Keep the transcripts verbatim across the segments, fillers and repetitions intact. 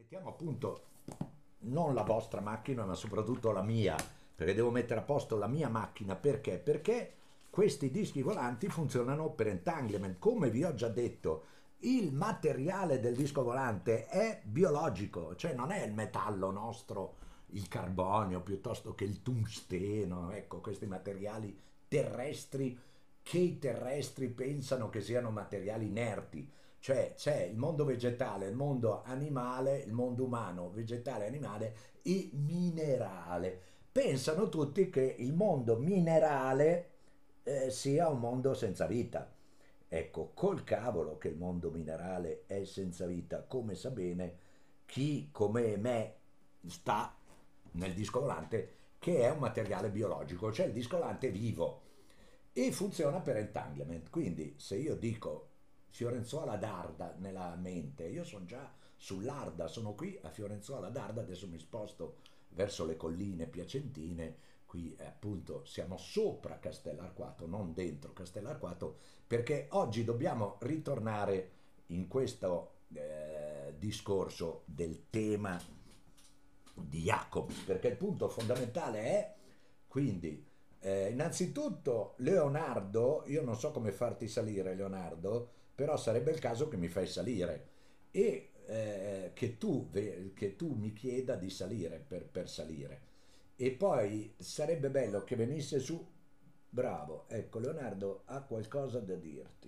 Mettiamo a punto non la vostra macchina, ma soprattutto la mia, perché devo mettere a posto la mia macchina. Perché? Perché questi dischi volanti funzionano per entanglement. Come vi ho già detto, il materiale del disco volante è biologico, cioè non è il metallo nostro, il carbonio, piuttosto che il tungsteno, ecco, questi materiali terrestri che i terrestri pensano che siano materiali inerti. Cioè c'è il mondo vegetale, il mondo animale, il mondo umano, vegetale, animale e minerale. Pensano tutti che il mondo minerale eh, sia un mondo senza vita. Ecco, col cavolo che il mondo minerale è senza vita, come sa bene chi come me sta nel disco volante, che è un materiale biologico, cioè il disco volante è vivo e funziona per entanglement. Quindi se io dico Fiorenzuola d'Arda nella mente, io sono già sull'Arda, sono qui a Fiorenzuola d'Arda, adesso mi sposto verso le colline piacentine, qui eh, appunto siamo sopra Castellarquato, non dentro Castellarquato, perché oggi dobbiamo ritornare in questo eh, discorso del tema di Jacobs, perché il punto fondamentale è quindi eh, innanzitutto Leonardo, io non so come farti salire Leonardo, però sarebbe il caso che mi fai salire e eh, che, tu, che tu mi chieda di salire per, per salire. E poi sarebbe bello che venisse su, bravo, ecco Leonardo ha qualcosa da dirti.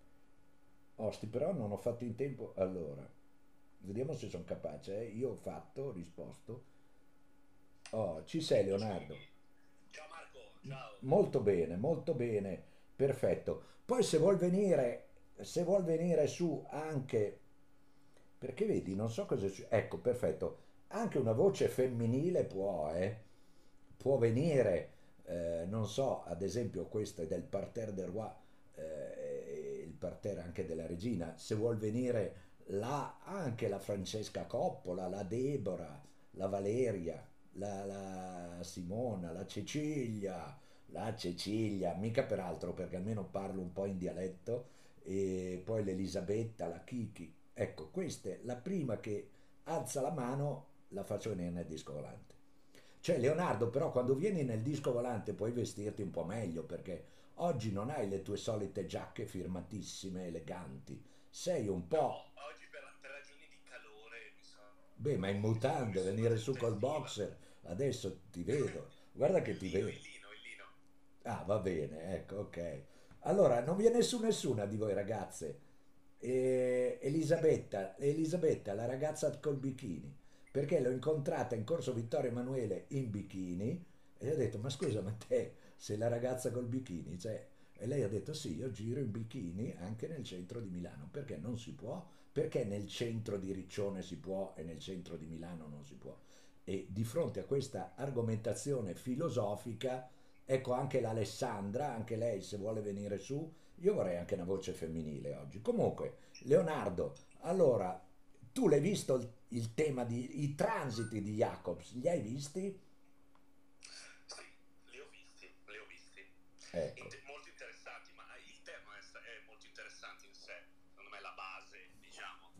Osti, però non ho fatto in tempo, allora, vediamo se sono capace, eh? Io ho fatto, ho risposto. Oh, ci sei Leonardo? Ciao Marco, ciao. Molto bene, molto bene, perfetto. Poi se vuol venire, se vuol venire su anche, perché vedi, non so cosa, su- ecco, perfetto, anche una voce femminile può, eh, può venire, eh, non so, ad esempio questo è del Parterre del Roi, eh, il parterre anche della regina, se vuol venire la, anche la Francesca Coppola, la Deborah, la Valeria, la, la Simona, la Cecilia, la Cecilia, mica peraltro perché almeno parlo un po' in dialetto, e poi l'Elisabetta, la Kiki. Ecco, questa è la prima che alza la mano, la faccio venire nel disco volante. Cioè, Leonardo, però, quando vieni nel disco volante puoi vestirti un po' meglio perché oggi non hai le tue solite giacche firmatissime, eleganti. Sei un po'. No, oggi per, per ragioni di calore mi Beh, ma in sono, mi sono mutande, messo una venire su tenuta col estiva. boxer, adesso ti vedo. Guarda che Il ti lino, vedo. il lino, il lino. Ah, va bene, ecco, ok. Allora, non viene su nessuna di voi ragazze. E Elisabetta, Elisabetta, la ragazza col bikini, perché l'ho incontrata in corso Vittorio Emanuele in bikini e gli ho detto, ma scusa, ma te sei la ragazza col bikini? Cioè, e lei ha detto, sì, io giro in bikini anche nel centro di Milano. Perché non si può? Perché nel centro di Riccione si può e nel centro di Milano non si può? E di fronte a questa argomentazione filosofica, ecco anche l'Alessandra, anche lei se vuole venire su, io vorrei anche una voce femminile oggi. Comunque, Leonardo, allora, tu l'hai visto il, il tema di i transiti di Jacobs, li hai visti? Sì, li ho visti, li ho visti. Ecco. Inte- molto interessanti, ma il tema è, è molto interessante in sé. Secondo me è la base, diciamo.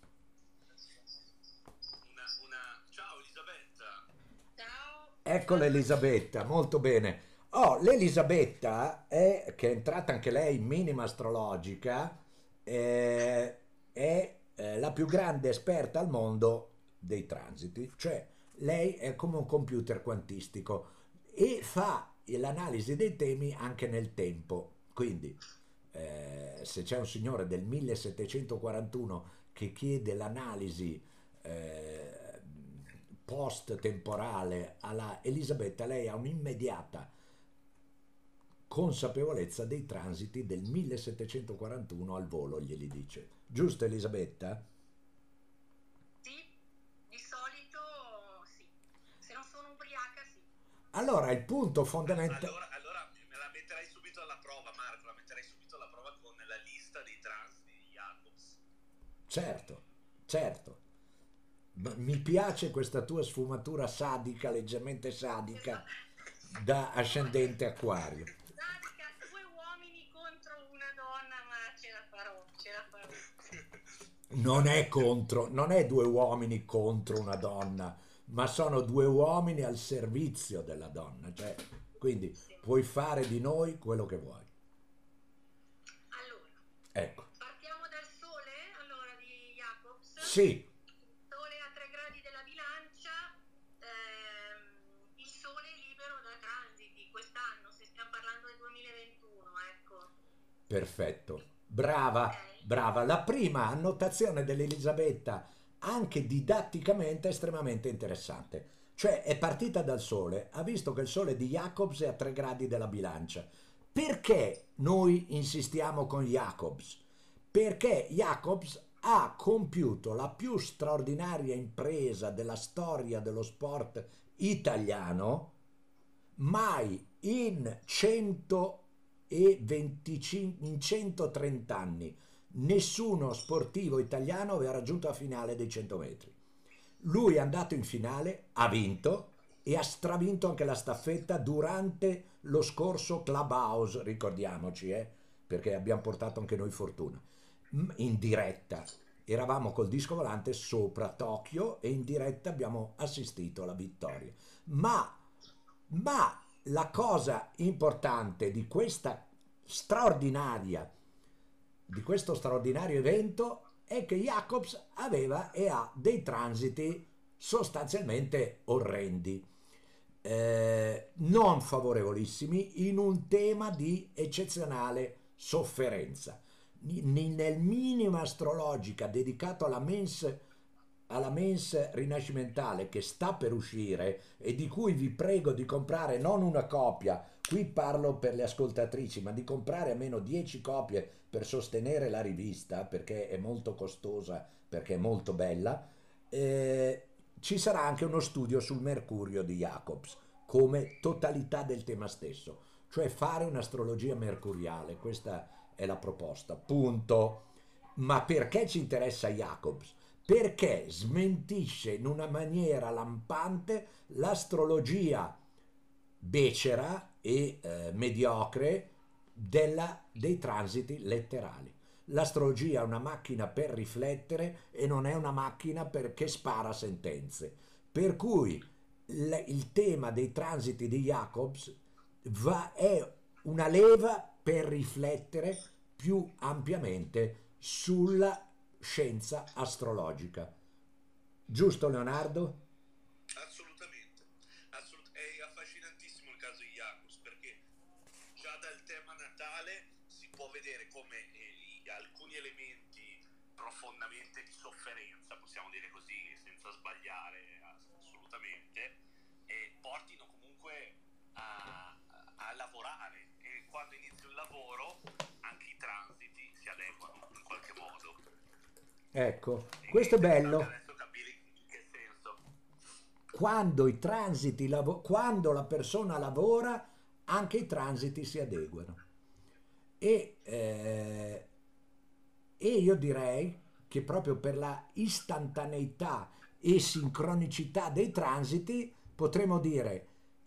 Una, una... Ciao Elisabetta. Ciao. Eccola Elisabetta, molto bene. Oh, l'Elisabetta è, che è entrata anche lei in minima astrologica, eh, è eh, la più grande esperta al mondo dei transiti, cioè lei è come un computer quantistico e fa l'analisi dei temi anche nel tempo. Quindi, eh, se c'è un signore del millesettecentoquarantuno che chiede l'analisi eh, post-temporale alla Elisabetta, lei ha un'immediata consapevolezza dei transiti del millesettecentoquarantuno al volo, glieli dice. Giusto Elisabetta? Sì, di solito sì. Se non sono ubriaca, sì. Allora, il punto All- fondamentale. Allora, allora me la metterei subito alla prova, Marco, la metterei subito alla prova con la lista dei trans di Jacobs. Certo, certo. Ma mi piace questa tua sfumatura sadica, leggermente sadica, da ascendente acquario. Sadica, due uomini contro una donna, ma ce la farò, ce la farò. non è contro, non è due uomini contro una donna, ma sono due uomini al servizio della donna, cioè, quindi Sì. puoi fare di noi quello che vuoi. Allora, Ecco, partiamo dal sole, allora, di Jacobs. sì, Sole a tre gradi della bilancia, ehm, il sole è libero da transiti quest'anno, se stiamo parlando del duemilaventuno, ecco. perfetto. Brava, Ok? brava. La prima annotazione dell'Elisabetta, anche didatticamente, è estremamente interessante. Cioè è partita dal Sole, ha visto che il Sole di Jacobs è a tre gradi della bilancia. Perché noi insistiamo con Jacobs? Perché Jacobs ha compiuto la più straordinaria impresa della storia dello sport italiano, mai in centoventicinque, in centotrenta anni nessuno sportivo italiano aveva raggiunto la finale dei cento metri. Lui è andato in finale, ha vinto e ha stravinto anche la staffetta durante lo scorso Clubhouse, ricordiamoci, eh, perché abbiamo portato anche noi fortuna, in diretta. Eravamo col disco volante sopra Tokyo e in diretta abbiamo assistito alla vittoria. Ma, ma la cosa importante di questa straordinaria, di questo straordinario evento è che Jacobs aveva e ha dei transiti sostanzialmente orrendi, eh, non favorevolissimi in un tema di eccezionale sofferenza. N- nel minima astrologica dedicato alla mens, alla mens rinascimentale che sta per uscire e di cui vi prego di comprare non una copia, qui parlo per le ascoltatrici, ma di comprare almeno dieci copie per sostenere la rivista perché è molto costosa, perché è molto bella. eh, Ci sarà anche uno studio sul Mercurio di Jacobs come totalità del tema stesso, cioè fare un'astrologia mercuriale, questa è la proposta, punto. Ma perché ci interessa Jacobs? Perché smentisce in una maniera lampante l'astrologia becera e eh, mediocre della- dei transiti letterali. L'astrologia è una macchina per riflettere e non è una macchina per- che spara sentenze. Per cui l- il tema dei transiti di Jacobs va- è una leva per riflettere più ampiamente sulla scienza astrologica. Giusto, Leonardo? Assolutamente. Assolut- è affascinantissimo il caso di Jacobs perché già dal tema natale si può vedere come eh, i- alcuni elementi profondamente di sofferenza, possiamo dire così, senza sbagliare ass- assolutamente, e portino comunque a, a lavorare e quando inizi un lavoro anche i transiti si adeguano in qualche modo. Ecco, È questo è interessante bello. adesso capire in che senso. Quando i transiti, lavo- quando la persona lavora, anche i transiti si adeguano. E, eh, e io direi che proprio per la istantaneità e sincronicità dei transiti potremmo dire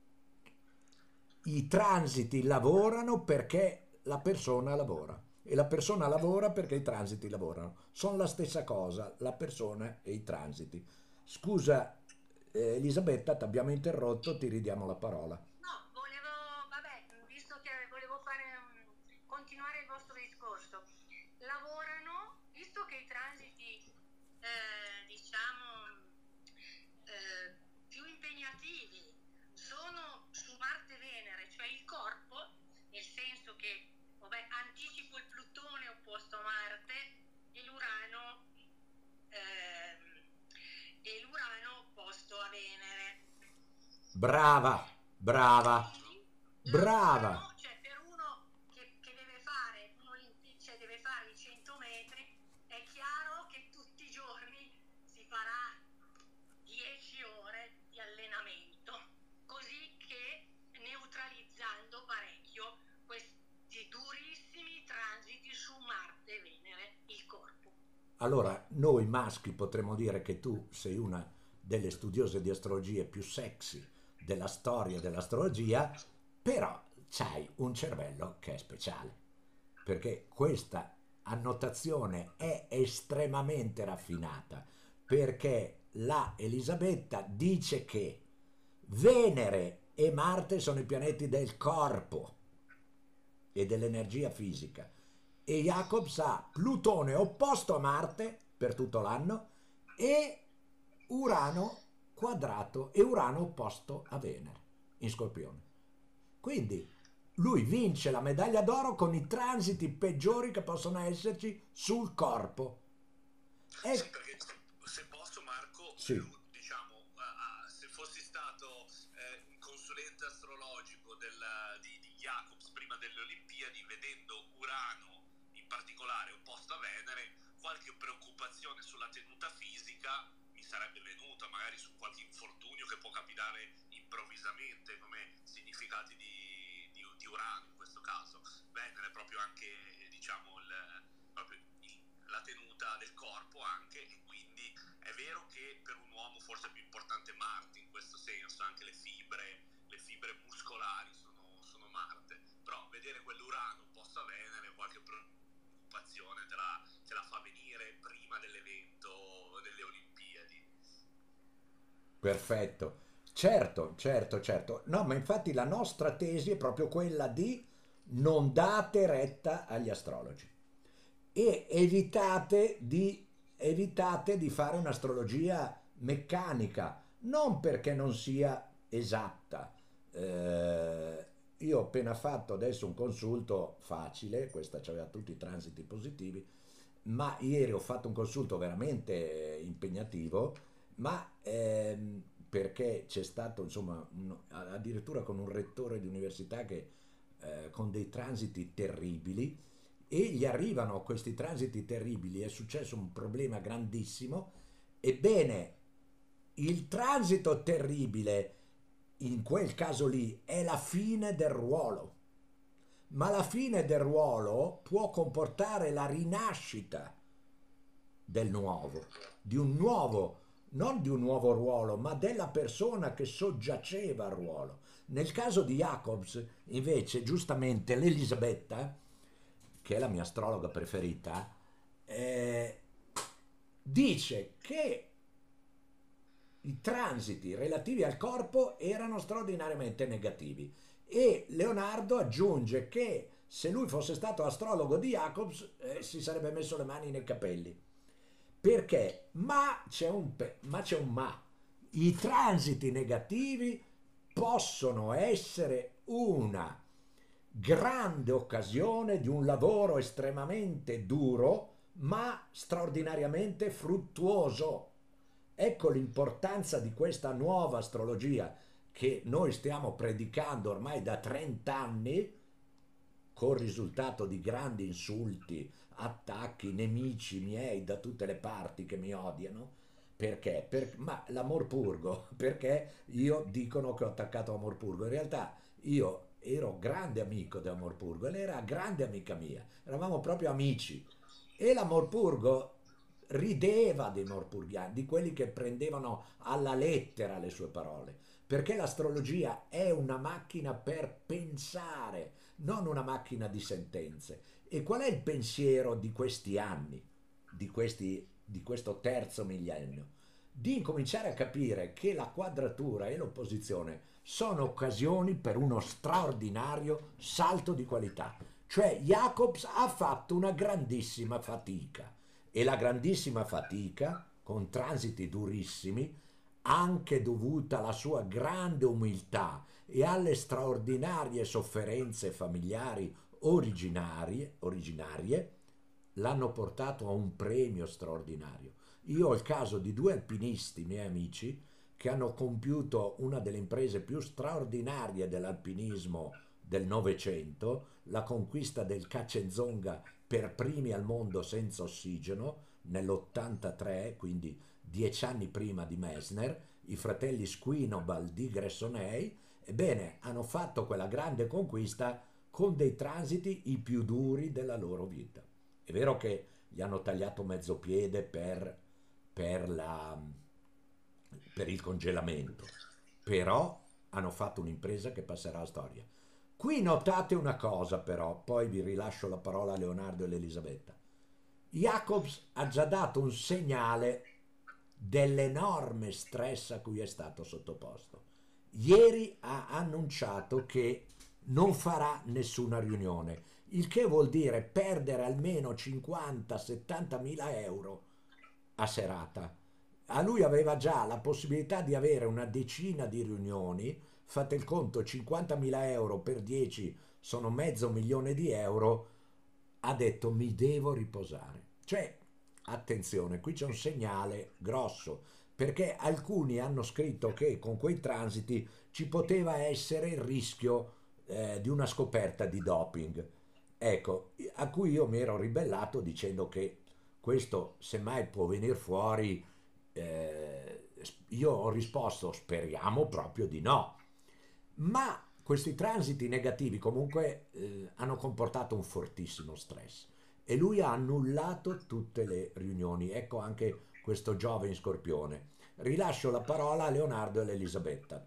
i transiti lavorano perché la persona lavora e la persona lavora perché i transiti lavorano. Sono la stessa cosa, la persona e i transiti. Scusa, eh, Elisabetta, ti abbiamo interrotto, ti ridiamo la parola. No, volevo, vabbè, visto che volevo fare, um, continuare il vostro discorso. Lavorano, visto che i transiti, eh, diciamo, eh, più impegnativi sono su Marte e Venere, cioè il corpo, nel senso che, vabbè, anticipo il Plutone opposto a Marte e l'Urano, ehm, e l'Urano opposto a Venere. Brava, brava, Quindi brava. lavorano, cioè per uno che, che deve fare un'Olimpi- cioè deve fare i cento metri, è chiaro che tutti i giorni si farà dieci ore di allenamento, così che neutralizzando parecchio questi durissimi transiti su Marte e Venere, il corpo. Allora, noi maschi potremmo dire che tu sei una delle studiose di astrologia più sexy della storia dell'astrologia, però c'hai un cervello che è speciale, perché questa annotazione è estremamente raffinata, perché la Elisabetta dice che Venere e Marte sono i pianeti del corpo e dell'energia fisica, e Jacobs ha Plutone opposto a Marte per tutto l'anno e Urano quadrato e Urano opposto a Venere in Scorpione. Quindi lui vince la medaglia d'oro con i transiti peggiori che possono esserci sul corpo. E... Sì, perché se posso, Marco, sì. diciamo, uh, se fossi stato eh, un consulente astrologico del, di, di Jacobs prima delle Olimpiadi, vedendo Urano in particolare opposto a Venere, qualche preoccupazione sulla tenuta fisica mi sarebbe venuta, magari su qualche infortunio che può capitare improvvisamente, come significati di, di, di Urano in questo caso. Venere proprio anche, diciamo, il, proprio il, la tenuta del corpo anche, e quindi è vero che per un uomo forse è più importante Marte in questo senso, anche le fibre, le fibre muscolari sono, sono Marte, però vedere quell'Urano opposto a Venere, qualche preoccupazione te la, te la fa venire prima dell'evento delle Olimpiadi. Perfetto, certo, certo, certo. No, ma infatti la nostra tesi è proprio quella di non date retta agli astrologi e evitate di, evitate di fare un'astrologia meccanica, non perché non sia esatta. Eh, io ho appena fatto adesso un consulto facile, questa c'aveva tutti i transiti positivi, ma ieri ho fatto un consulto veramente impegnativo, ma ehm, perché c'è stato, insomma, un- addirittura con un rettore di università che eh, con dei transiti terribili, e gli arrivano questi transiti terribili, è successo un problema grandissimo. Ebbene, il transito terribile in quel caso lì è la fine del ruolo, ma la fine del ruolo può comportare la rinascita del nuovo, di un nuovo, non di un nuovo ruolo, ma della persona che soggiaceva al ruolo. Nel caso di Jacobs, invece, giustamente l'Elisabetta, che è la mia astrologa preferita, eh, dice che i transiti relativi al corpo erano straordinariamente negativi, e Leonardo aggiunge che se lui fosse stato astrologo di Jacobs eh, si sarebbe messo le mani nei capelli. Perché? Ma c'è un, pe- ma c'è un ma. I transiti negativi possono essere una grande occasione di un lavoro estremamente duro, ma straordinariamente fruttuoso. Ecco l'importanza di questa nuova astrologia che noi stiamo predicando ormai da trenta anni, col risultato di grandi insulti, attacchi, nemici miei da tutte le parti che mi odiano. Perché? Per, ma l'amor purgo, perché io dicono che ho attaccato Amor Purgo. In realtà io ero grande amico di Amor Purgo e lei era grande amica mia, eravamo proprio amici. E l'Amor Purgo rideva dei morpurghiani, di quelli che prendevano alla lettera le sue parole, perché l'astrologia è una macchina per pensare, non una macchina di sentenze. E qual è il pensiero di questi anni, di, questi, di questo terzo millennio? Di incominciare a capire che la quadratura e l'opposizione sono occasioni per uno straordinario salto di qualità. Cioè Jacobs ha fatto una grandissima fatica, e la grandissima fatica, con transiti durissimi, anche dovuta alla sua grande umiltà e alle straordinarie sofferenze familiari originarie, originarie, l'hanno portato a un premio straordinario. Io ho il caso di due alpinisti, miei amici, che hanno compiuto una delle imprese più straordinarie dell'alpinismo del Novecento, la conquista del Kacenzonga per primi al mondo senza ossigeno nell'ottantatré, quindi dieci anni prima di Messner, i fratelli Squinobal di Gressonei. Ebbene, hanno fatto quella grande conquista con dei transiti i più duri della loro vita. È vero che gli hanno tagliato mezzo piede per, per, la, per il congelamento, però hanno fatto un'impresa che passerà alla storia. Qui notate una cosa però, poi vi rilascio la parola a Leonardo e l'Elisabetta. Jacobs ha già dato un segnale dell'enorme stress a cui è stato sottoposto. Ieri ha annunciato che non farà nessuna riunione, il che vuol dire perdere almeno cinquanta settanta mila euro a serata. A lui aveva già la possibilità di avere una decina di riunioni, fate il conto, cinquantamila euro per dieci sono mezzo milione di euro, ha detto mi devo riposare. Cioè, attenzione, qui c'è un segnale grosso, perché alcuni hanno scritto che con quei transiti ci poteva essere il rischio eh, di una scoperta di doping. Ecco, a cui io mi ero ribellato dicendo che questo semmai può venire fuori, eh, io ho risposto speriamo proprio di no, ma questi transiti negativi comunque eh, hanno comportato un fortissimo stress e lui ha annullato tutte le riunioni. Ecco anche questo Giove in Scorpione. Rilascio la parola a Leonardo e Elisabetta.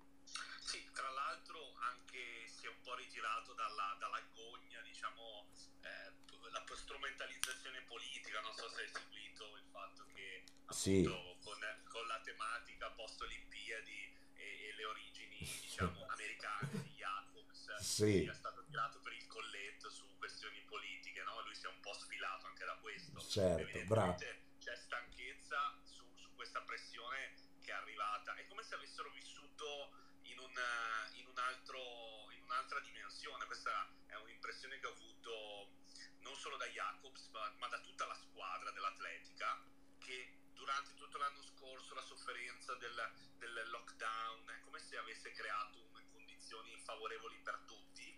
Sì, tra l'altro anche si è un po' ritirato dalla, dalla gogna, diciamo, eh, la strumentalizzazione politica. Non so se hai seguito il fatto che Sì. appunto con, con la tematica post-Olimpiadi e, e le origini, diciamo, americane di Jacobs, Sì. sia stato tirato per il colletto su questioni politiche, no? Lui si è un po' sfilato anche da questo. Certo, bravo. C'è stanchezza su, su questa pressione che è arrivata. È come se avessero vissuto in, un, in, un altro, in un'altra dimensione. Questa è un'impressione che ho avuto non solo da Jacobs, ma, ma da tutta la squadra dell'atletica, che durante tutto l'anno scorso la sofferenza del, del lockdown è come se avesse creato condizioni favorevoli per tutti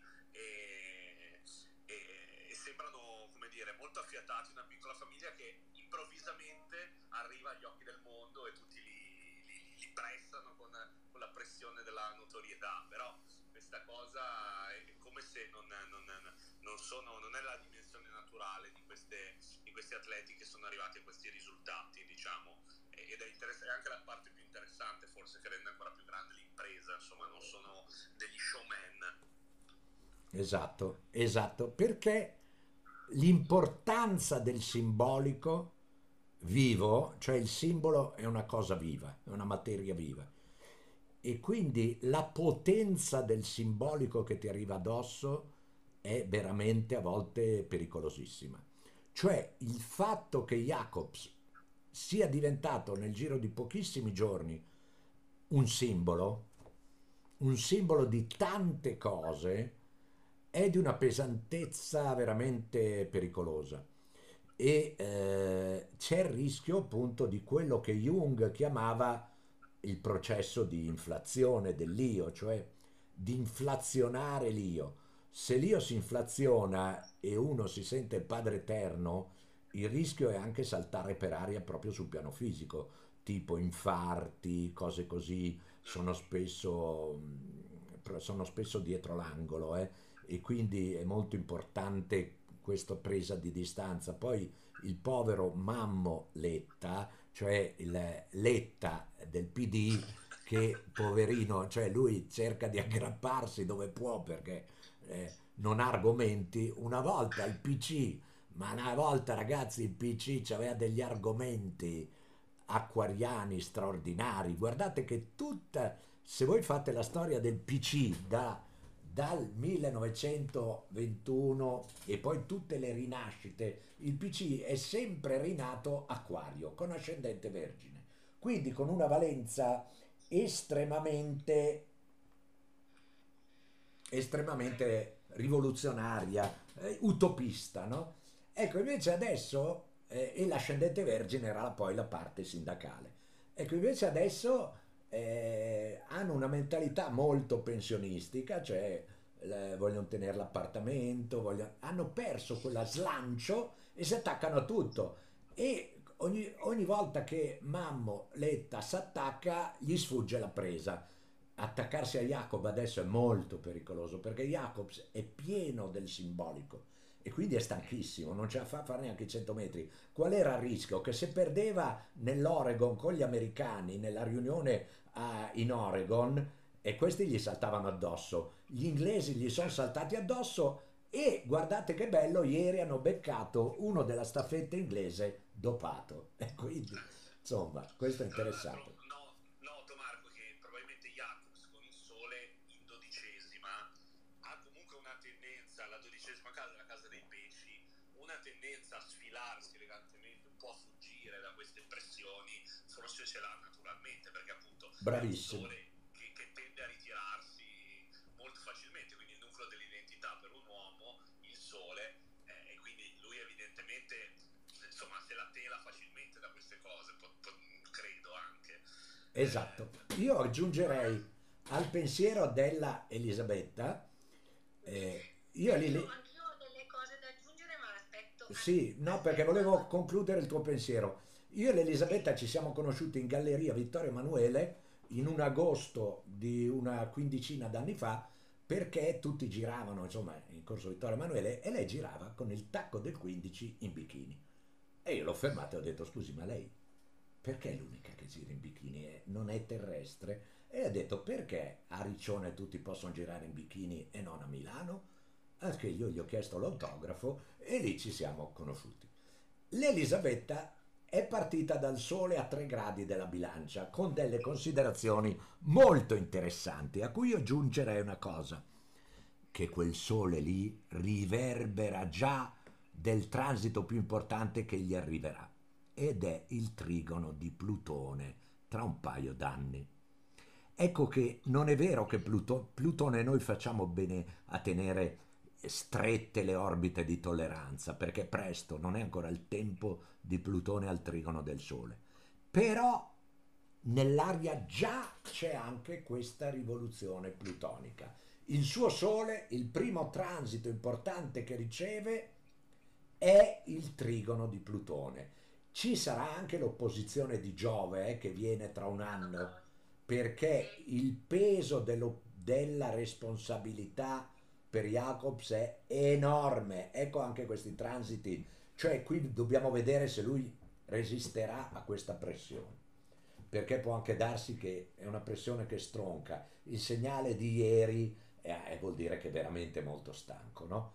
e, e, e sembrano, come dire, molto affiatati, una piccola famiglia che improvvisamente arriva agli occhi del mondo e tutti li, li, li pressano con, con la pressione della notorietà. Però questa cosa è come se non, non, non, sono, non è la dimensione naturale di, queste, di questi atleti che sono arrivati a questi risultati, diciamo, ed è, è anche la parte più interessante, forse, che rende ancora più grande l'impresa. Insomma, non sono degli showman. Esatto, esatto, perché l'importanza del simbolico vivo, cioè il simbolo è una cosa viva, è una materia viva, e quindi la potenza del simbolico che ti arriva addosso è veramente a volte pericolosissima. Cioè il fatto che Jacobs sia diventato nel giro di pochissimi giorni un simbolo, un simbolo di tante cose, è di una pesantezza veramente pericolosa. E eh, c'è il rischio appunto di quello che Jung chiamava il processo di inflazione dell'io, cioè di inflazionare l'io. Se l'io si inflaziona e uno si sente padre eterno, il rischio è anche saltare per aria proprio sul piano fisico, tipo infarti, cose così, sono spesso, sono spesso dietro l'angolo, eh? E quindi è molto importante questa presa di distanza. Poi il povero Mammo Letta, cioè il Letta del P D, che poverino, cioè lui cerca di aggrapparsi dove può perché eh, non ha argomenti. Una volta il P C, ma una volta ragazzi il P C aveva degli argomenti acquariani straordinari. Guardate che tutta, se voi fate la storia del P C da dal millenovecentoventuno e poi tutte le rinascite, il P C è sempre rinato Acquario con ascendente Vergine, quindi con una valenza estremamente estremamente rivoluzionaria, eh, utopista, no? Ecco, invece adesso eh, e l'ascendente Vergine era poi la parte sindacale. Ecco, invece adesso eh, hanno una mentalità molto pensionistica, cioè eh, vogliono tenere l'appartamento, vogliono, hanno perso quella slancio e si attaccano a tutto. E ogni, ogni volta che Mammo Letta si attacca, gli sfugge la presa. Attaccarsi a Jacob adesso è molto pericoloso perché Jacobs è pieno del simbolico e quindi è stanchissimo, non ce la fa a fare neanche i cento metri. Qual era il rischio? Che se perdeva nell'Oregon con gli americani nella riunione a, in Oregon, e questi gli saltavano addosso, gli inglesi gli sono saltati addosso E guardate che bello, ieri hanno beccato uno della staffetta inglese dopato. E quindi, insomma, questo è Tra l'altro, interessante. no, noto Marco che probabilmente Jacobs con il sole in dodicesima ha comunque una tendenza, la dodicesima casa, la casa dei pesci, una tendenza a sfilarsi elegantemente, un po' a fuggire da queste pressioni, forse ce l'ha naturalmente, perché appunto è un Bravissimo. sole che, che tende a ritirarsi molto facilmente, quindi il nucleo dell'identità per un uomo, il sole, eh, e quindi lui evidentemente, insomma, se la tela facilmente da queste cose, po- po- credo anche. Esatto. Io aggiungerei al pensiero della Elisabetta, eh, io lì, Anch'io, lì- anch'io ho delle cose da aggiungere, ma aspetto. sì, no, perché aspetto. volevo concludere il tuo pensiero. Io e l'Elisabetta ci siamo conosciuti in Galleria Vittorio Emanuele in un agosto di una quindicina d'anni fa, perché tutti giravano, insomma, in corso Vittorio Emanuele, e lei girava con il tacco del quindici in bikini. E io l'ho fermato e ho detto: scusi, ma lei perché è l'unica che gira in bikini? È- non è terrestre? E ha detto: perché a Riccione tutti possono girare in bikini e non a Milano? Anche io gli ho chiesto l'autografo e lì ci siamo conosciuti. L'Elisabetta è partita dal sole a tre gradi della bilancia con delle considerazioni molto interessanti, a cui io aggiungerei una cosa: che quel sole lì riverbera già del transito più importante che gli arriverà, ed è il trigono di Plutone tra un paio d'anni. Ecco che non è vero che Pluto- Plutone noi facciamo bene a tenere strette le orbite di tolleranza, perché presto, non è ancora il tempo di Plutone al trigono del Sole. Però nell'aria già c'è anche questa rivoluzione plutonica. Il suo Sole, il primo transito importante che riceve, è il trigono di Plutone. Ci sarà anche l'opposizione di Giove, eh, che viene tra un anno, perché Sì, il peso dello- della responsabilità per Jacobs è enorme. Ecco anche questi transiti, cioè qui dobbiamo vedere se lui resisterà a questa pressione, perché può anche darsi che è una pressione che stronca. Il segnale di ieri eh, vuol dire che è veramente molto stanco, no?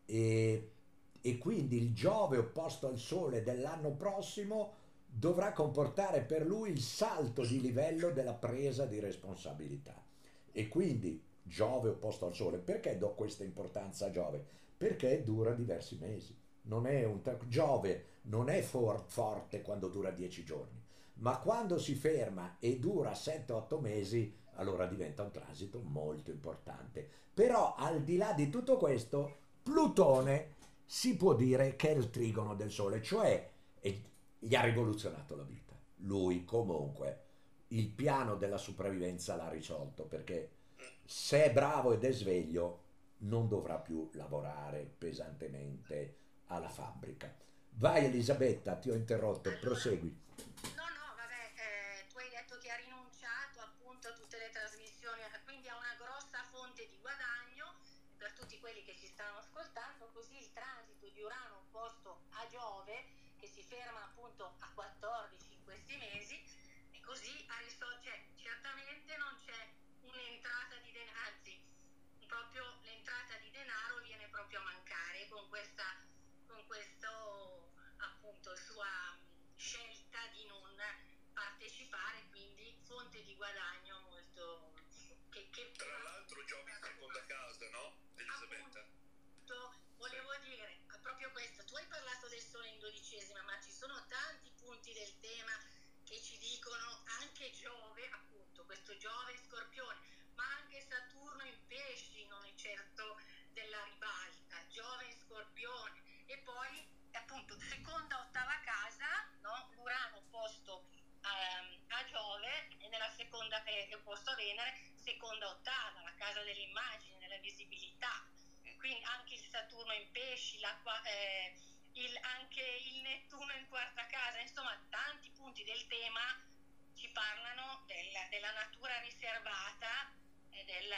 E, e quindi il Giove opposto al Sole dell'anno prossimo dovrà comportare per lui il salto di livello della presa di responsabilità. E quindi Giove opposto al Sole, perché do questa importanza a Giove? Perché dura diversi mesi. Non è un tra- Giove non è for- forte quando dura dieci giorni, ma quando si ferma e dura sette otto mesi, allora diventa un transito molto importante. Però al di là di tutto questo, Plutone si può dire che è il trigono del Sole, cioè è- gli ha rivoluzionato la vita. Lui comunque il piano della sopravvivenza l'ha risolto, perché se è bravo ed è sveglio non dovrà più lavorare pesantemente alla fabbrica. Vai Elisabetta, ti ho interrotto, allora, prosegui. no, no, vabbè, eh, tu hai detto che ha rinunciato appunto a tutte le trasmissioni, eh, quindi a una grossa fonte di guadagno per tutti quelli che ci stanno ascoltando, così il transito di Urano opposto a Giove, che si ferma appunto a quattordici in questi mesi, e così ha risolto, cioè, certamente non c'è un'entrata di denaro, anzi, proprio l'entrata di denaro viene proprio a mancare con questa, con questo appunto sua mh, scelta di non partecipare, quindi fonte di guadagno molto che, che Tra l'altro Giove in seconda casa, no? Elisabetta? appunto volevo dire proprio questo. Tu hai parlato del sole in dodicesima, ma ci sono tanti punti del tema che ci dicono anche Giove, appunto questo Giove in Scorpione, ma anche Saturno in Pesci non è certo della ribalta, Giove in Scorpione, e poi appunto seconda ottava casa, no? L'Urano opposto ehm, a Giove, e nella seconda che è opposto a Venere, seconda ottava, la casa dell'immagine, della visibilità. Eh, quindi anche il Saturno in Pesci, l'acqua, eh, il, anche il Nettuno in quarta casa, insomma tanti punti del tema ci parlano del, della natura riservata e del,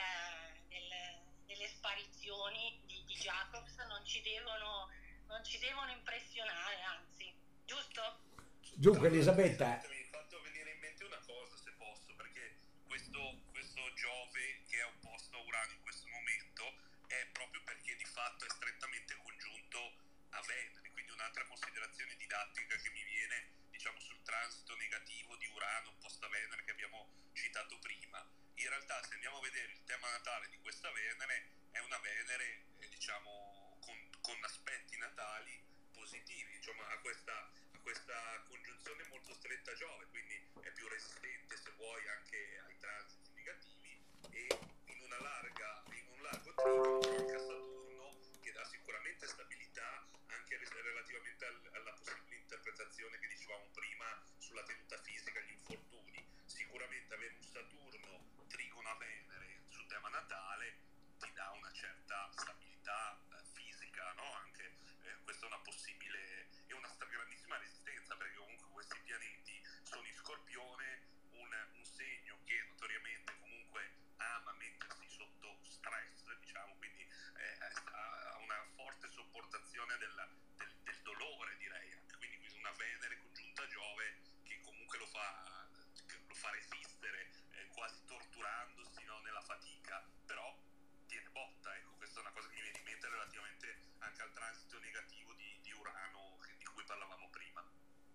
del, delle sparizioni di, di Jacobs. Non ci devono non ci devono impressionare, anzi, giusto? Dunque Tra l'altro, Elisabetta, Elisabetta, mi hai fatto venire in mente una cosa, se posso, perché questo, questo Giove che è opposto a Urano in questo momento è proprio perché di fatto è strettamente congiunto a Venere, quindi un'altra considerazione didattica che mi viene, diciamo, sul transito negativo di Urano post Venere che abbiamo citato prima. In realtà, se andiamo a vedere il tema natale di questa Venere, è una Venere, eh, diciamo, con, con aspetti natali positivi, diciamo, a questa, a questa congiunzione molto stretta a Giove, quindi è più resistente, se vuoi, anche ai transiti negativi, e in una larga, in un largo trigono anche a Saturno, che dà sicuramente stabilità anche relativamente al, alla possibile interpretazione che dicevamo prima sulla tenuta fisica, gli infortuni. Sicuramente avere un Saturno trigono a Venere sul tema natale ti dà una certa stabilità eh, fisica, no? Anche eh, questa è una possibile e una stra- grandissima resistenza, perché comunque questi pianeti sono in Scorpione, un, un segno che notoriamente comunque ama mettersi sotto stress, diciamo, quindi eh, ha una forte sopportazione del, del, del dolore, direi, anche quindi una Venere congiunta a Giove che comunque lo fa, lo fa resistere, eh, quasi torturandosi, no, nella fatica, però tiene botta. Ecco, questa è una cosa che mi viene in mente relativamente anche al transito negativo di, di Urano che, di cui parlavamo prima.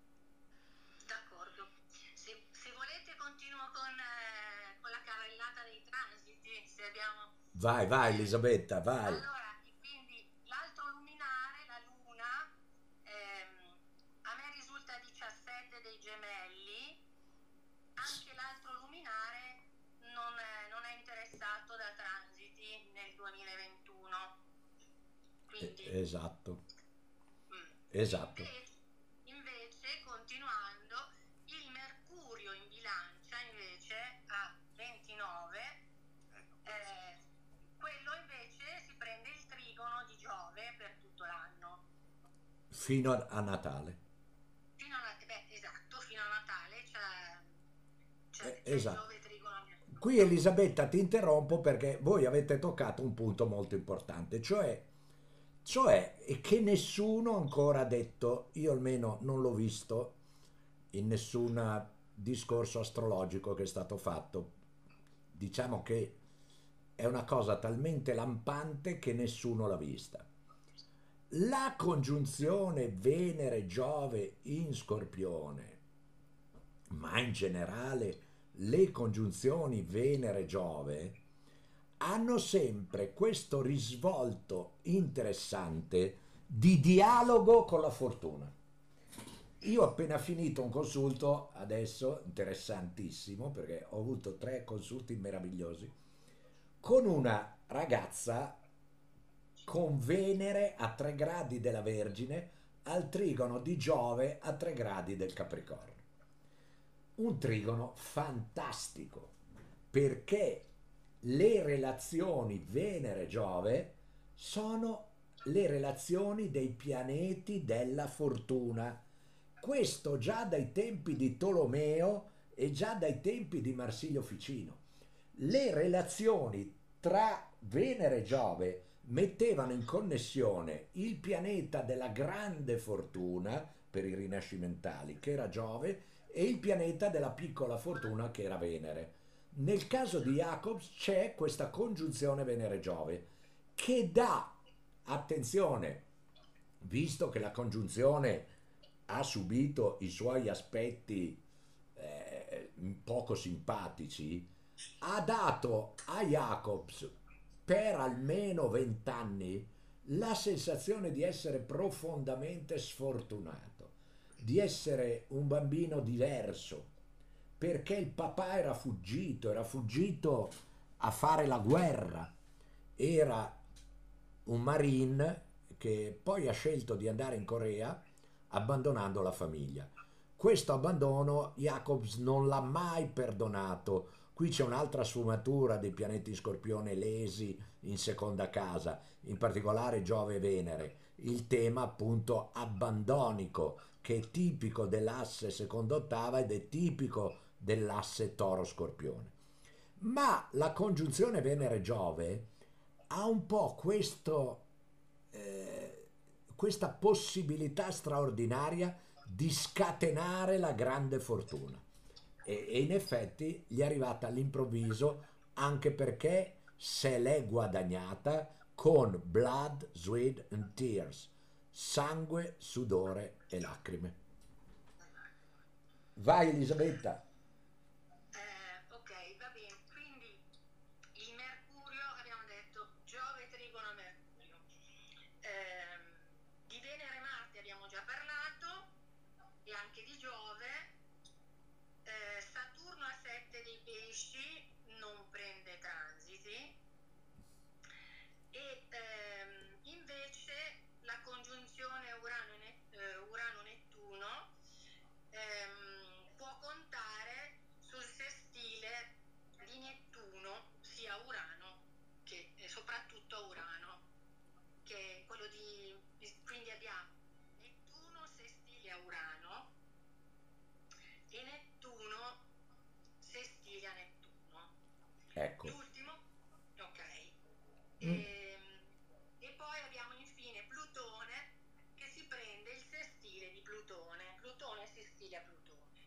D'accordo. Se, se volete continuo con, eh, con la carrellata dei transiti, se abbiamo... Vai, vai Elisabetta, vai. Allora, quindi l'altro luminare, la Luna, ehm, a me risulta diciassette dei Gemelli, anche l'altro luminare non è, non è interessato da transiti nel duemilaventuno. Quindi, esatto, mm. esatto. Invece, invece, continuando, il Mercurio in bilancia invece a ventinove, eh, quello invece si prende il trigono di Giove per tutto l'anno. Fino a, a Natale. Fino a, beh, esatto, fino a Natale c'è, c'è, Eh, c'è esatto. Giove trigono a Mercurio. Qui Elisabetta ti interrompo perché voi avete toccato un punto molto importante, cioè, cioè che nessuno ancora ha detto, io almeno non l'ho visto in nessun discorso astrologico che è stato fatto. Diciamo che è una cosa talmente lampante che nessuno l'ha vista. La congiunzione Venere-Giove in Scorpione, ma in generale le congiunzioni Venere-Giove, hanno sempre questo risvolto interessante di dialogo con la fortuna. Io ho appena finito un consulto, adesso, interessantissimo, perché ho avuto tre consulti meravigliosi, con una ragazza con Venere a tre gradi della Vergine al trigono di Giove a tre gradi del Capricorno. Un trigono fantastico, perché le relazioni Venere-Giove sono le relazioni dei pianeti della fortuna. Questo già dai tempi di Tolomeo e già dai tempi di Marsilio Ficino. Le relazioni tra Venere e Giove mettevano in connessione il pianeta della grande fortuna per i rinascimentali, che era Giove, e il pianeta della piccola fortuna, che era Venere. Nel caso di Jacobs c'è questa congiunzione Venere-Giove che dà, attenzione, visto che la congiunzione ha subito i suoi aspetti eh, poco simpatici, ha dato a Jacobs per almeno vent'anni la sensazione di essere profondamente sfortunato, di essere un bambino diverso, perché il papà era fuggito, era fuggito a fare la guerra, era un marine che poi ha scelto di andare in Corea abbandonando la famiglia. Questo abbandono Jacobs non l'ha mai perdonato. Qui c'è un'altra sfumatura dei pianeti Scorpione lesi in seconda casa, in particolare Giove e Venere, il tema appunto abbandonico, che è tipico dell'asse seconda ottava ed è tipico dell'asse Toro-Scorpione. Ma la congiunzione Venere-Giove ha un po' questo, eh, questa possibilità straordinaria di scatenare la grande fortuna. E in effetti gli è arrivata all'improvviso, anche perché se l'è guadagnata con blood, sweat and tears, sangue, sudore e lacrime. Vai Elisabetta. Eh, ok, va bene. Quindi il Mercurio, abbiamo detto, Giove, Trigono, Mercurio. Ehm, di Venere e Marte abbiamo già parlato, e anche di Giove. Eh, Saturno a sette dei pesci non prende transiti. E ehm, invece la congiunzione Urano-Nettuno eh, Urano ehm, può contare sul sestile di Nettuno sia a Urano che e soprattutto a Urano, che è quello di, quindi abbiamo Nettuno sestile a Urano e Nettuno sestile a Nettuno. Ecco. L'ultimo, ok. Mm. Ehm, e poi abbiamo infine Plutone che si prende il sestile di Plutone. Plutone sestile a Plutone.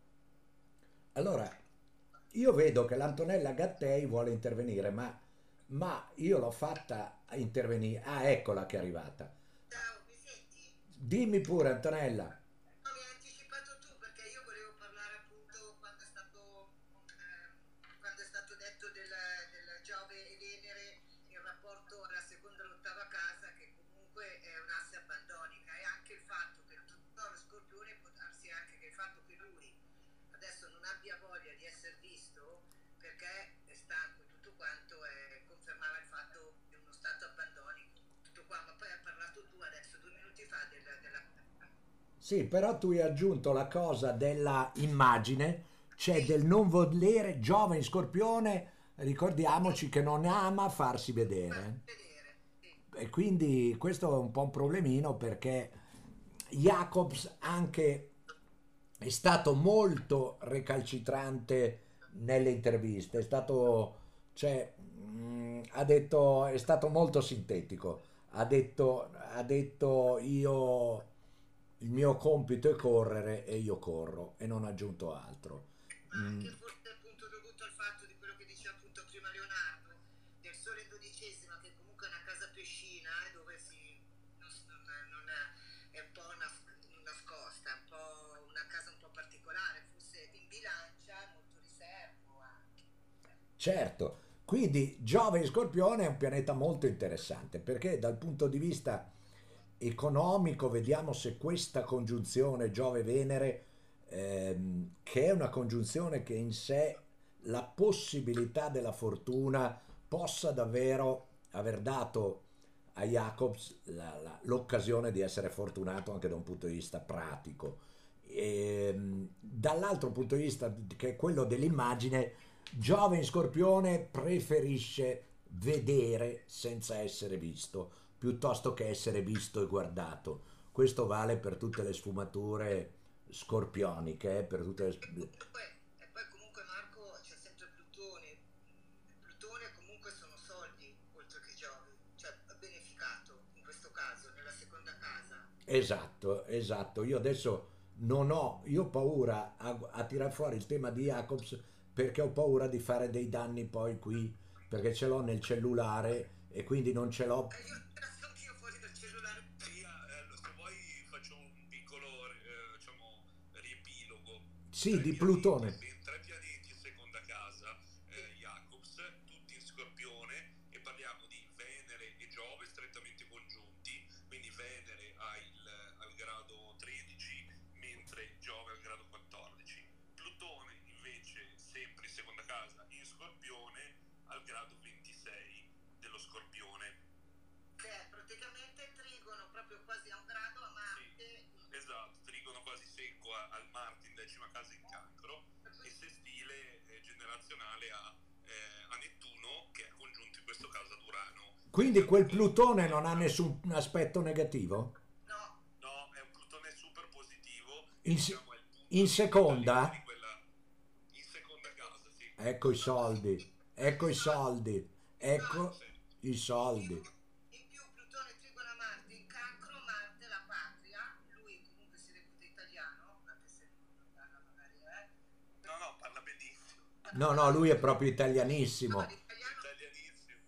Allora, io vedo che l'Antonella Gattei vuole intervenire, ma, ma io l'ho fatta intervenire. Ah, eccola che è arrivata. Ciao, mi senti? Dimmi pure, Antonella. No, mi hai anticipato tu perché io volevo parlare appunto quando è stato, eh, quando è stato detto del, del Giove e Venere in rapporto alla seconda e all'ottava casa, che comunque è un'asse abbandonica, e anche il fatto che lo Scorpione può darsi anche che il fatto che lui adesso non abbia voglia di essere visto perché è stanco e tutto quanto, è, confermava il fatto di uno stato abbandonico, tutto qua. Ma poi hai parlato tu adesso due minuti fa della, della... Sì, però tu hai aggiunto la cosa della immagine, cioè del non volere. Giove in Scorpione, ricordiamoci che non ama farsi vedere. vedere, sì. E quindi questo è un po' un problemino, perché Jacobs anche è stato molto recalcitrante nelle interviste, è stato, cioè, mh, ha detto, è stato molto sintetico, ha detto, ha detto io, il mio compito è correre e io corro, e non ha aggiunto altro. Ma anche Mm, forse appunto dovuto al fatto di quello che diceva appunto prima Leonardo, del Sole in dodicesima, che comunque è una casa pescina, eh, dove si non, non- non è, è un po' nas- nascosta, un po' una casa un po' particolare, forse in bilancia, molto riservo anche. certo, quindi Giove in Scorpione è un pianeta molto interessante, perché dal punto di vista economico vediamo se questa congiunzione Giove-Venere, ehm, che è una congiunzione che in sé la possibilità della fortuna, possa davvero aver dato a Jacobs la- la- l'occasione di essere fortunato anche da un punto di vista pratico. E, dall'altro punto di vista, che è quello dell'immagine, Giove in Scorpione preferisce vedere senza essere visto, piuttosto che essere visto e guardato. Questo vale per tutte le sfumature scorpioniche, eh, per tutte le... Poi, e poi comunque Marco c'è sempre Plutone. Plutone comunque sono soldi oltre che Giove, cioè ha beneficato in questo caso, nella seconda casa. Esatto, esatto. Io adesso non ho, io ho paura a, a tirar fuori il tema di Jacobs, perché ho paura di fare dei danni poi qui, perché ce l'ho nel cellulare e quindi non ce l'ho. E io adesso anch'io fuori dal cellulare. Sì, eh, se vuoi faccio un piccolo eh, diciamo, riepilogo. Sì, Tre di pianeti, Plutone. ben tre pianeti in seconda casa, eh, Jacobs, tutti in Scorpione, e parliamo di Venere e Giove strettamente congiunti, quindi Venere ha il, al grado tredici, mentre Giove al grado quattordici. Plutone invece sempre in seconda casa in Scorpione al grado ventisei dello Scorpione. Che è praticamente trigono proprio quasi a un grado a Marte. Sì, esatto, trigono quasi secco a- al Marte in decima casa in Cancro, e sestile eh, generazionale a, eh, a Nettuno, che è congiunto in questo caso ad Urano. Quindi quel Plutone non ha nessun aspetto negativo? No, No, è un Plutone super positivo, e In, se- diciamo è il punto in di seconda? di quella in seconda casa, sì. Ecco i soldi, ecco i soldi, ecco Sì. i soldi. in più Plutone trigono a Marte in Cancro, Marte la patria, lui comunque si reputa italiano, anche se non parla magari, eh. No, no, parla benissimo. No, no, lui è proprio italianissimo. L'italiano Italianissimo.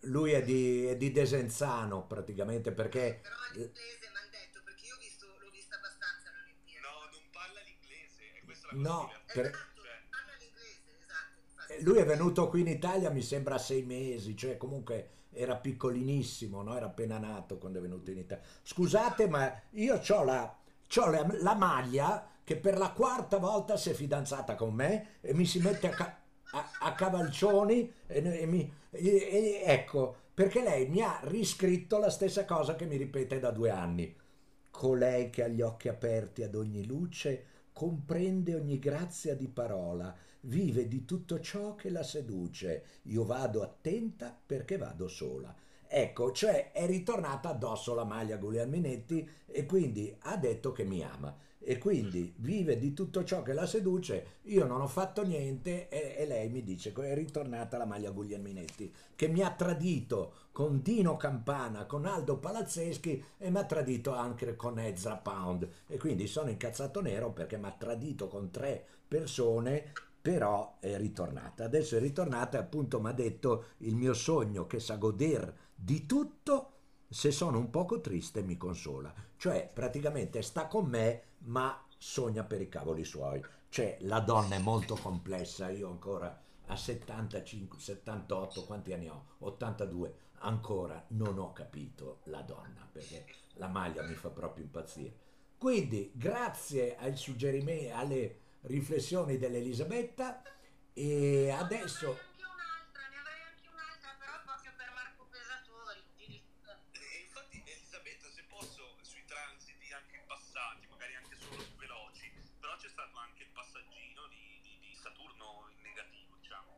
lui è di, è di Desenzano praticamente Eh, perché però l'inglese mi hanno detto, perché io ho visto, l'ho vista abbastanza alle Olimpiadi. No, non parla l'inglese, e questa è la cosa no, per- divertente. Esatto, Cioè, parla l'inglese, esatto, infatti lui è stavo dicendo. venuto qui in Italia mi sembra a sei mesi, cioè comunque era piccolinissimo, no? Era appena nato quando è venuto in Italia. Scusate, ma io ho la, c'ho la, la maglia che per la quarta volta si è fidanzata con me e mi si mette a, ca- a- a cavalcioni e, e mi, e- e- ecco, perché lei mi ha riscritto la stessa cosa che mi ripete da due anni. Colei che ha gli occhi aperti ad ogni luce, comprende ogni grazia di parola, vive di tutto ciò che la seduce. Io vado attenta perché vado sola. Ecco, cioè è ritornata addosso la maglia Guglielminetti e quindi ha detto che mi ama. E quindi vive di tutto ciò che la seduce. Io non ho fatto niente e, e lei mi dice che è ritornata la maglia Guglielminetti, che mi ha tradito con Dino Campana, con Aldo Palazzeschi e mi ha tradito anche con Ezra Pound. E quindi sono incazzato nero perché mi ha tradito con tre persone, però è ritornata. Adesso è ritornata e appunto mi ha detto il mio sogno che sa goder di tutto, se sono un poco triste mi consola. Cioè praticamente sta con me ma sogna per i cavoli suoi. Cioè la donna è molto complessa, io ancora a settantacinque, settantotto, quanti anni ho? ottantadue, ancora non ho capito la donna perché la maglia mi fa proprio impazzire. Quindi grazie ai suggerimenti, alle riflessioni dell'Elisabetta e No, ne avrei adesso anche un'altra, ne avrei anche un'altra, però proprio per Marco Pesatori. di- e infatti Elisabetta, se posso, sui transiti anche passati, magari anche solo veloci, però c'è stato anche il passaggino di, di- di Saturno in negativo, diciamo.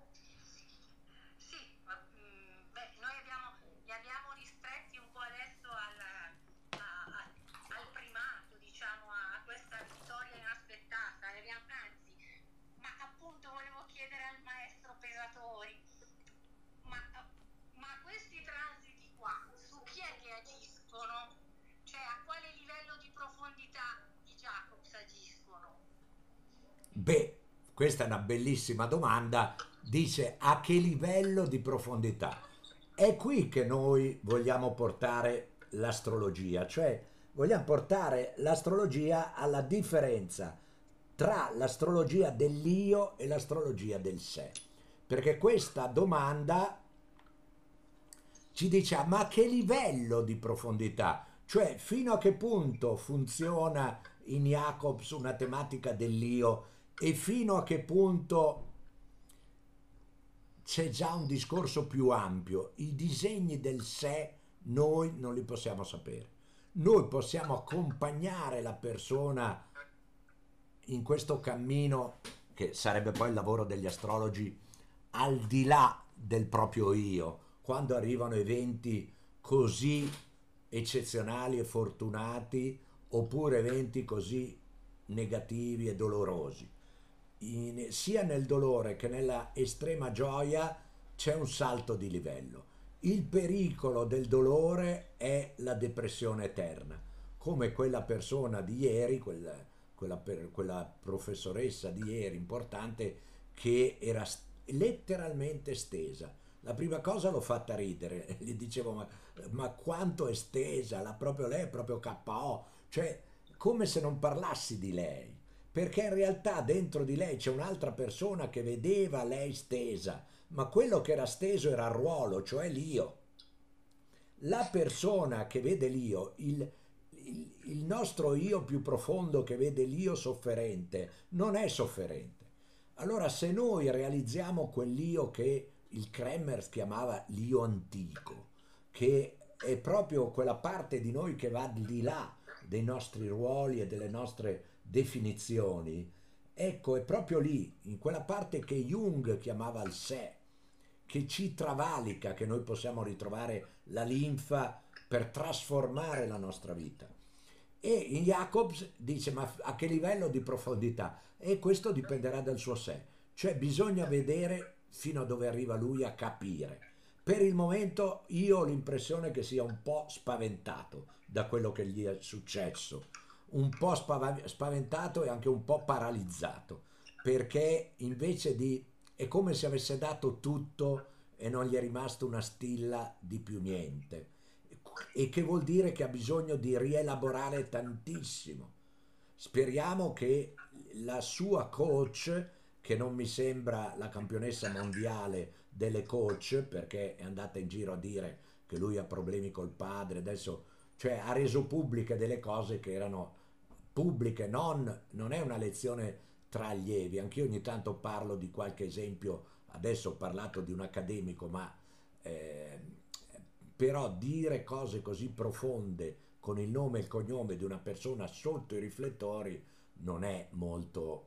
Sì, ma, mm, beh, noi abbiamo, li abbiamo ristretti un po' adesso al, a- a- al primato, diciamo, a, a questa vittoria inaspettata. li abbiamo- anzi, ma appunto volevo chiedere al maestro Pesatori, ma, ma questi transiti qua, su chi è che agiscono? Cioè, a quale livello di profondità di Jacobs agiscono? beh, questa è una bellissima domanda. Dice a che livello di profondità? È qui che noi vogliamo portare l'astrologia, cioè vogliamo portare l'astrologia alla differenza tra l'astrologia dell'io e l'astrologia del sé. Perché questa domanda ci dice "Ah, ma a che livello di profondità? Cioè fino a che punto funziona in Jacobs una tematica dell'io e fino a che punto c'è già un discorso più ampio. I disegni del sé noi non li possiamo sapere. Noi possiamo accompagnare la persona in questo cammino, che sarebbe poi il lavoro degli astrologi, al di là del proprio io, quando arrivano eventi così eccezionali e fortunati, oppure eventi così negativi e dolorosi. In- sia nel dolore che nella estrema gioia c'è un salto di livello. Il pericolo del dolore è la depressione eterna, come quella persona di ieri, quella, quella, per- quella professoressa di ieri importante che era st- letteralmente stesa. La prima cosa l'ho fatta ridere, gli dicevo ma, ma quanto è stesa, la proprio lei è proprio K O, cioè come se non parlassi di lei, perché in realtà dentro di lei c'è un'altra persona che vedeva lei stesa, ma quello che era steso era il ruolo, cioè l'io. La persona che vede l'io, il, il, il nostro io più profondo che vede l'io sofferente, non è sofferente. Allora se noi realizziamo quell'io che il Kremers chiamava l'io antico, che è proprio quella parte di noi che va al di là dei nostri ruoli e delle nostre definizioni, ecco, è proprio lì, in quella parte che Jung chiamava il sé, che ci travalica, che noi possiamo ritrovare la linfa per trasformare la nostra vita. E in Jacobs dice ma a che livello di profondità? E questo dipenderà dal suo sé, cioè bisogna vedere fino a dove arriva lui a capire. Per il momento io ho l'impressione che sia un po' spaventato da quello che gli è successo, un po' spava- spaventato e anche un po' paralizzato, perché invece di... è come se avesse dato tutto e non gli è rimasto una stilla di più niente. E che vuol dire che ha bisogno di rielaborare tantissimo. Speriamo che la sua coach, che non mi sembra la campionessa mondiale delle coach, perché è andata in giro a dire che lui ha problemi col padre, adesso, cioè ha reso pubbliche delle cose che erano pubbliche, non, non è una lezione tra allievi. Anch'io ogni tanto parlo di qualche esempio, adesso ho parlato di un accademico, ma eh, però dire cose così profonde con il nome e il cognome di una persona sotto i riflettori non è molto.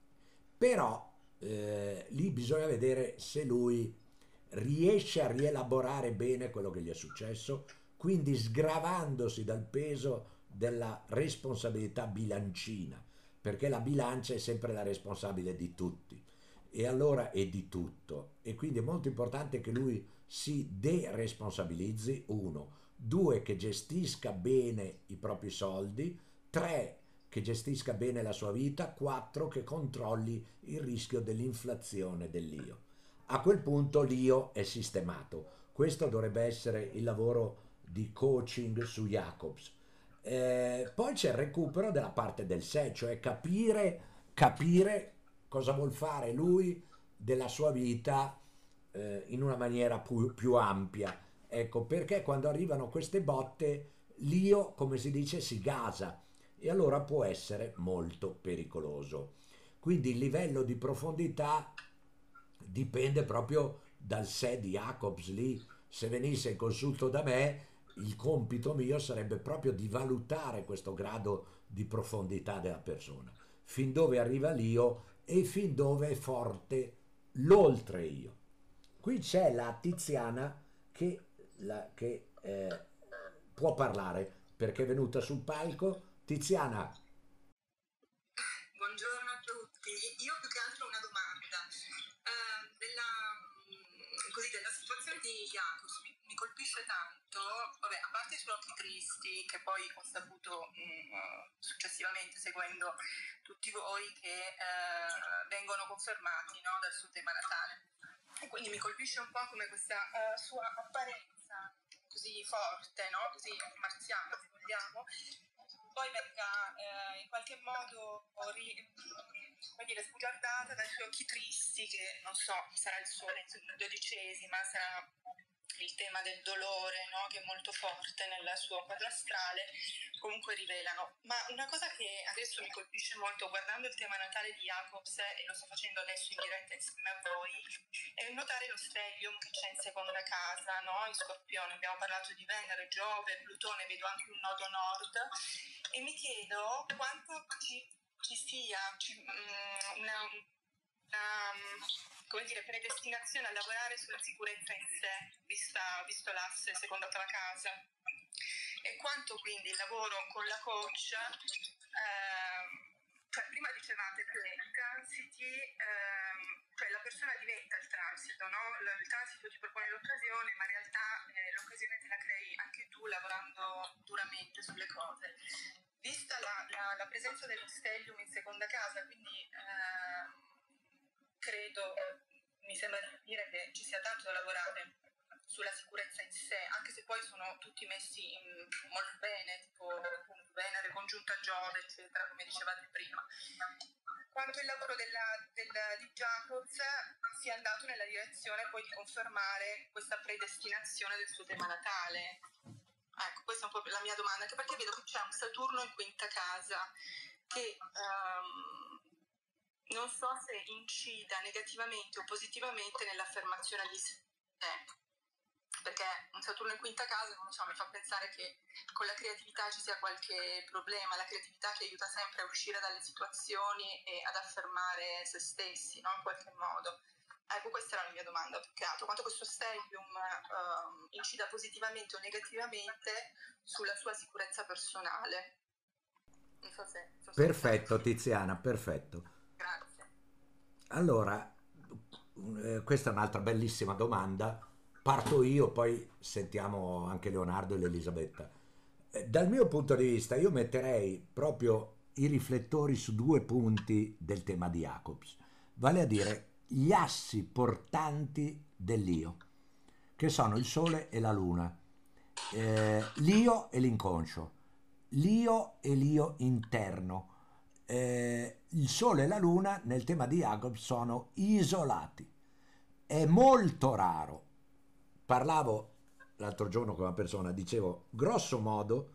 Però eh, lì bisogna vedere se lui riesce a rielaborare bene quello che gli è successo, quindi sgravandosi dal peso della responsabilità bilancina, perché la bilancia è sempre la responsabile di tutti e allora è di tutto, e quindi è molto importante che lui si deresponsabilizzi, uno, due, che gestisca bene i propri soldi, tre, che gestisca bene la sua vita, quattro, che controlli il rischio dell'inflazione dell'io. A quel punto l'io è sistemato. Questo dovrebbe essere il lavoro di coaching su Jacobs. Eh, poi c'è il recupero della parte del sé, cioè capire, capire cosa vuol fare lui della sua vita eh, in una maniera più, più ampia. Ecco, perché quando arrivano queste botte, l'io, come si dice, si gasa e allora può essere molto pericoloso. Quindi il livello di profondità dipende proprio dal sé di Jacobs. Lì, se venisse in consulto da me, il compito mio sarebbe proprio di valutare questo grado di profondità della persona, fin dove arriva l'io e fin dove è forte l'oltre io. Qui c'è la Tiziana che, la, che eh, può parlare perché è venuta sul palco. Tiziana. Buongiorno a tutti. Io più che altro ho una domanda. Eh, della, così, della situazione di Jacobs mi, mi colpisce tanto, vabbè, a parte i suoi occhi tristi, che poi ho saputo mh, successivamente seguendo tutti voi che eh, vengono confermati, no, dal suo tema natale. E quindi mi colpisce un po' come questa uh, sua apparenza così forte, no? Così marziana, se vogliamo, poi venga eh, in qualche modo ri, come dire, sbugiardata dai suoi occhi tristi, che non so, sarà il suo dodicesima, sarà il tema del dolore, no? Che è molto forte nel suo quadro astrale, comunque rivelano. Ma una cosa che adesso mi colpisce molto guardando il tema natale di Jacobs, e lo sto facendo adesso in diretta insieme a voi, è notare lo stellium che c'è in seconda casa, no? In Scorpione abbiamo parlato di Venere, Giove, Plutone, vedo anche un nodo nord, e mi chiedo quanto ci, ci sia ci, um, una, una come dire, predestinazione a lavorare sulla sicurezza in sé, vista, visto l'asse seconda ottava casa, e quanto quindi il lavoro con la coach, eh, cioè prima dicevate che i transiti, eh, cioè la persona diventa il transito, no? Il transito ti propone l'occasione, ma in realtà eh, l'occasione te la crei anche tu lavorando duramente sulle cose. Vista la, la, la presenza dello stellium in seconda casa, quindi eh, credo, mi sembra di dire che ci sia tanto da lavorare sulla sicurezza in sé, anche se poi sono tutti messi in, molto bene, tipo Venere congiunta a Giove, eccetera, come dicevate prima. Quanto il lavoro della, della, di Jacobs sia andato nella direzione poi di confermare questa predestinazione del suo tema natale. Ecco, questa è un po' la mia domanda, anche perché vedo che c'è un Saturno in quinta casa che um, non so se incida negativamente o positivamente nell'affermazione di sé, perché un Saturno in quinta casa, non so, mi fa pensare che con la creatività ci sia qualche problema, la creatività che aiuta sempre a uscire dalle situazioni e ad affermare se stessi, no? In qualche modo. Ecco, questa era la mia domanda, più che altro, quanto questo stellium um, incida positivamente o negativamente sulla sua sicurezza personale. Non so se... Non so Perfetto, se... Tiziana, perfetto. Grazie. Allora, eh, questa è un'altra bellissima domanda. Parto io, poi sentiamo anche Leonardo e l'Elisabetta. Eh, dal mio punto di vista, io metterei proprio i riflettori su due punti del tema di Jacobs, vale a dire gli assi portanti dell'io. che sono il Sole e la Luna, eh, l'io e l'inconscio, l'io e l'io interno. Eh, il Sole e la Luna nel tema di Jacobs sono isolati. È molto raro. Parlavo l'altro giorno con una persona, dicevo, grosso modo,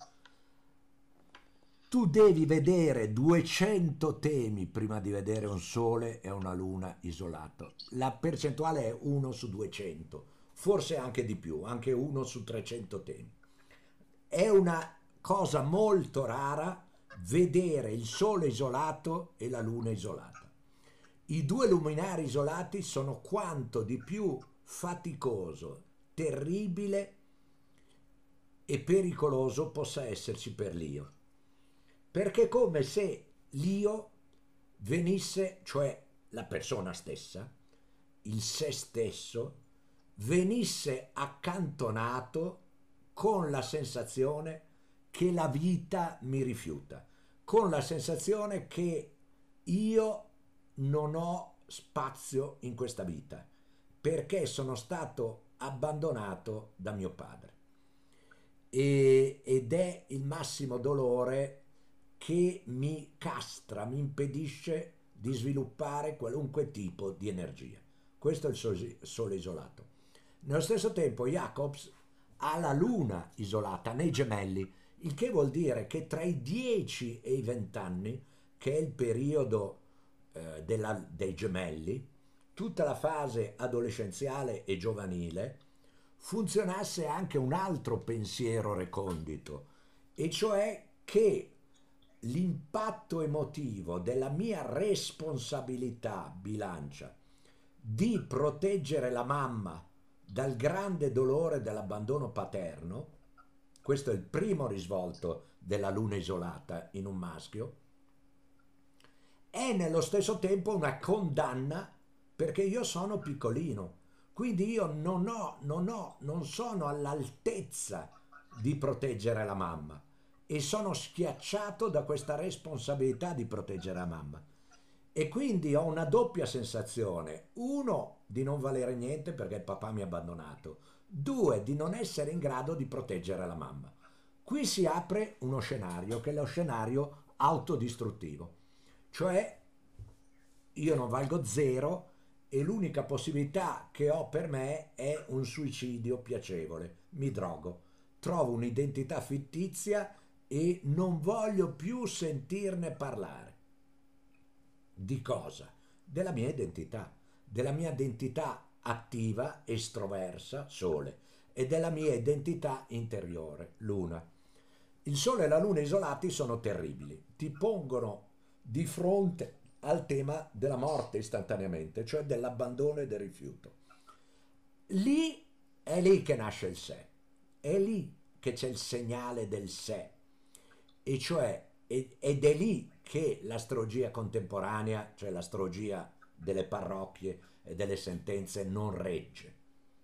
tu devi vedere duecento temi prima di vedere un Sole e una Luna isolato. La percentuale è uno su duecento, forse anche di più, anche uno su trecento temi. È una cosa molto rara vedere il Sole isolato e la Luna isolata. I due luminari isolati sono quanto di più faticoso, terribile e pericoloso possa esserci per l'io. Perché è come se l'io venisse, cioè la persona stessa, il sé stesso, venisse accantonato con la sensazione che la vita mi rifiuta, con la sensazione che io non ho spazio in questa vita, perché sono stato abbandonato da mio padre. E, ed è il massimo dolore che mi castra, mi impedisce di sviluppare qualunque tipo di energia. Questo è il sole, sole isolato. Nello stesso tempo Jacobs ha la Luna isolata nei Gemelli, il che vuol dire che tra i dieci e i venti anni, che è il periodo eh, della, dei Gemelli, tutta la fase adolescenziale e giovanile, funzionasse anche un altro pensiero recondito, e cioè che l'impatto emotivo della mia responsabilità, bilancia, di proteggere la mamma dal grande dolore dell'abbandono paterno, questo è il primo risvolto della Luna isolata in un maschio, è nello stesso tempo una condanna perché io sono piccolino, quindi io non ho, non ho, non sono all'altezza di proteggere la mamma e sono schiacciato da questa responsabilità di proteggere la mamma. E quindi ho una doppia sensazione: uno, di non valere niente perché il papà mi ha abbandonato; due, di non essere in grado di proteggere la mamma. Qui si apre uno scenario che è lo scenario autodistruttivo, cioè io non valgo zero e l'unica possibilità che ho per me è un suicidio piacevole, mi drogo, trovo un'identità fittizia e non voglio più sentirne parlare. Di cosa? Della mia identità, della mia identità attiva, estroversa, Sole, e della mia identità interiore, Luna. Il Sole e la Luna isolati sono terribili, ti pongono di fronte al tema della morte istantaneamente, cioè dell'abbandono e del rifiuto. Lì è lì che nasce il sé, è lì che c'è il segnale del sé, e cioè ed è lì che l'astrologia contemporanea, cioè l'astrologia delle parrocchie e delle sentenze, non regge,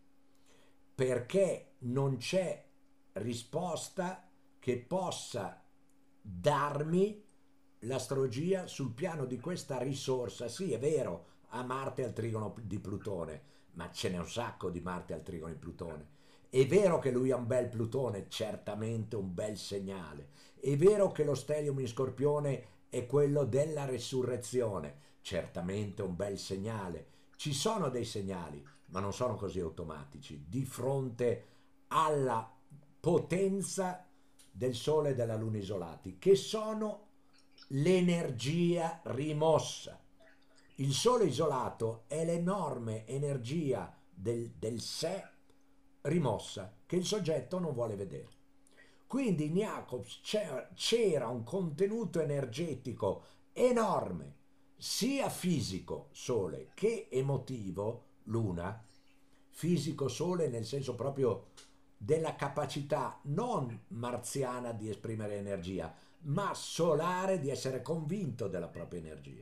perché non c'è risposta che possa darmi l'astrologia sul piano di questa risorsa. Sì, è vero, ha Marte al trigono di Plutone, ma ce n'è un sacco di Marte al trigono di Plutone. È vero che lui ha un bel Plutone, certamente un bel segnale. È vero che lo stellium in Scorpione è quello della resurrezione, certamente un bel segnale. Ci sono dei segnali, ma non sono così automatici, di fronte alla potenza del Sole e della Luna isolati, che sono l'energia rimossa. Il Sole isolato è l'enorme energia del, del sé rimossa, che il soggetto non vuole vedere. Quindi in Jacobs c'era un contenuto energetico enorme, sia fisico, Sole, che emotivo, Luna. Fisico, Sole, nel senso proprio della capacità non marziana di esprimere energia, ma solare di essere convinto della propria energia.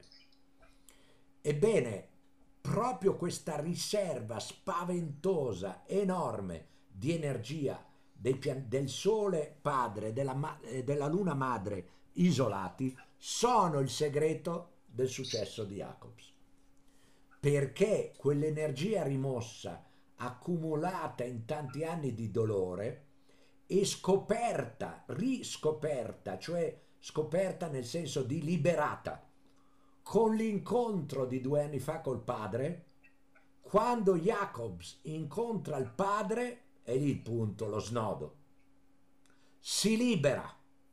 Ebbene, proprio questa riserva spaventosa, enorme di energia dei del Sole padre e della, della Luna madre isolati sono il segreto del successo di Jacobs, perché quell'energia rimossa accumulata in tanti anni di dolore e scoperta, riscoperta, cioè scoperta nel senso di liberata, con l'incontro di due anni fa col padre. Quando Jacobs incontra il padre, è lì il punto, lo snodo, si libera,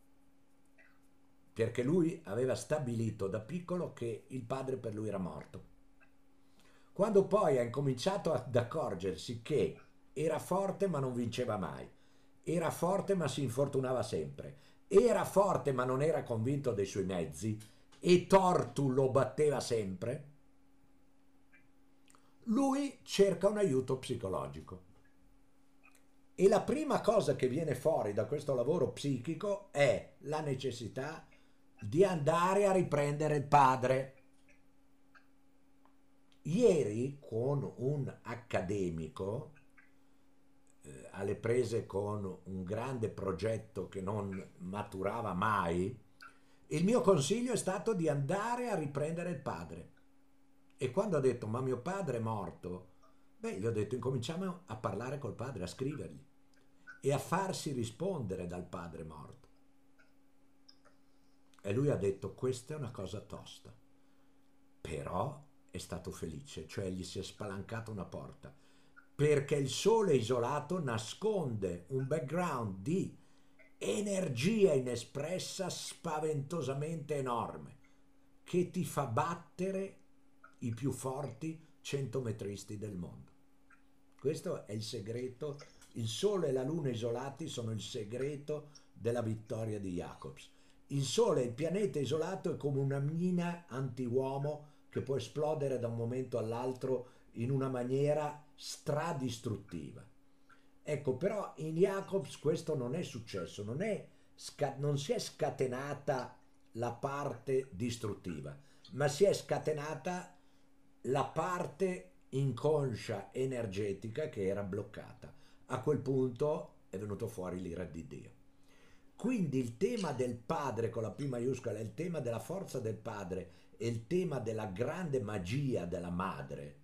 perché lui aveva stabilito da piccolo che il padre per lui era morto. Quando poi ha incominciato ad accorgersi che era forte ma non vinceva mai, era forte ma si infortunava sempre, era forte ma non era convinto dei suoi mezzi e Tortu lo batteva sempre, lui cerca un aiuto psicologico. E la prima cosa che viene fuori da questo lavoro psichico è la necessità di andare a riprendere il padre. Ieri con un accademico, eh, alle prese con un grande progetto che non maturava mai, il mio consiglio è stato di andare a riprendere il padre. E quando ha detto ma mio padre è morto, beh, gli ho detto incominciamo a parlare col padre, a scrivergli e a farsi rispondere dal padre morto. E lui ha detto questa è una cosa tosta, però è stato felice, cioè gli si è spalancata una porta, perché il sole isolato nasconde un background di energia inespressa spaventosamente enorme che ti fa battere i più forti centometristi del mondo. Questo è il segreto. Il sole e la luna isolati sono il segreto della vittoria di Jacobs. Il sole, il pianeta isolato, è come una mina anti-uomo che può esplodere da un momento all'altro in una maniera stradistruttiva. Ecco, però in Jacobs questo non è successo, non, è non si è scatenata la parte distruttiva, ma si è scatenata la parte inconscia energetica che era bloccata. A quel punto è venuto fuori l'ira di Dio. Quindi il tema del padre con la P maiuscola, il tema della forza del padre e il tema della grande magia della madre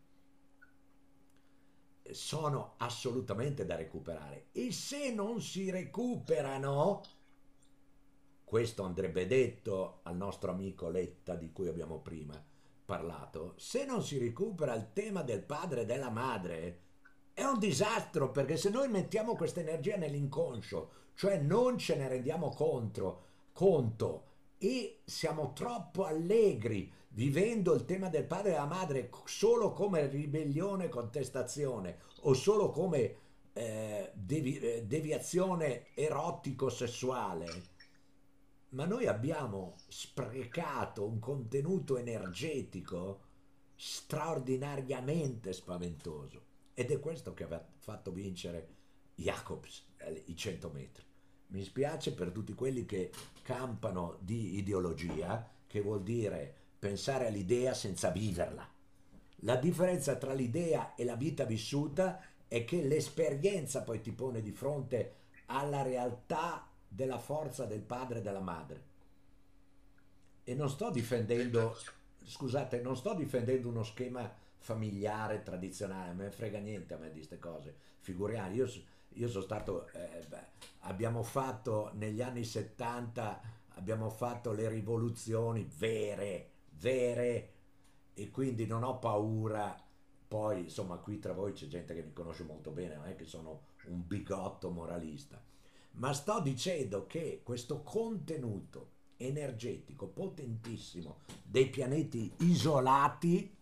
sono assolutamente da recuperare. E se non si recuperano, questo andrebbe detto al nostro amico Letta di cui abbiamo prima parlato, se non si recupera il tema del padre e della madre è un disastro, perché se noi mettiamo questa energia nell'inconscio, cioè non ce ne rendiamo conto, conto e siamo troppo allegri vivendo il tema del padre e della madre solo come ribellione e contestazione o solo come eh, devi, eh, deviazione erotico-sessuale, ma noi abbiamo sprecato un contenuto energetico straordinariamente spaventoso ed è questo che ha fatto vincere Jacobs eh, i cento metri. Mi spiace per tutti quelli che campano di ideologia, che vuol dire pensare all'idea senza viverla. La differenza tra l'idea e la vita vissuta è che l'esperienza poi ti pone di fronte alla realtà della forza del padre e della madre. E non sto difendendo, scusate, non sto difendendo uno schema familiare tradizionale, me ne frega niente a me di queste cose, figuriamo, io, io sono stato, eh, beh, abbiamo fatto negli anni settanta, abbiamo fatto le rivoluzioni vere, vere, e quindi non ho paura. Poi insomma qui tra voi c'è gente che mi conosce molto bene, non è che sono un bigotto moralista, ma sto dicendo che questo contenuto energetico potentissimo dei pianeti isolati,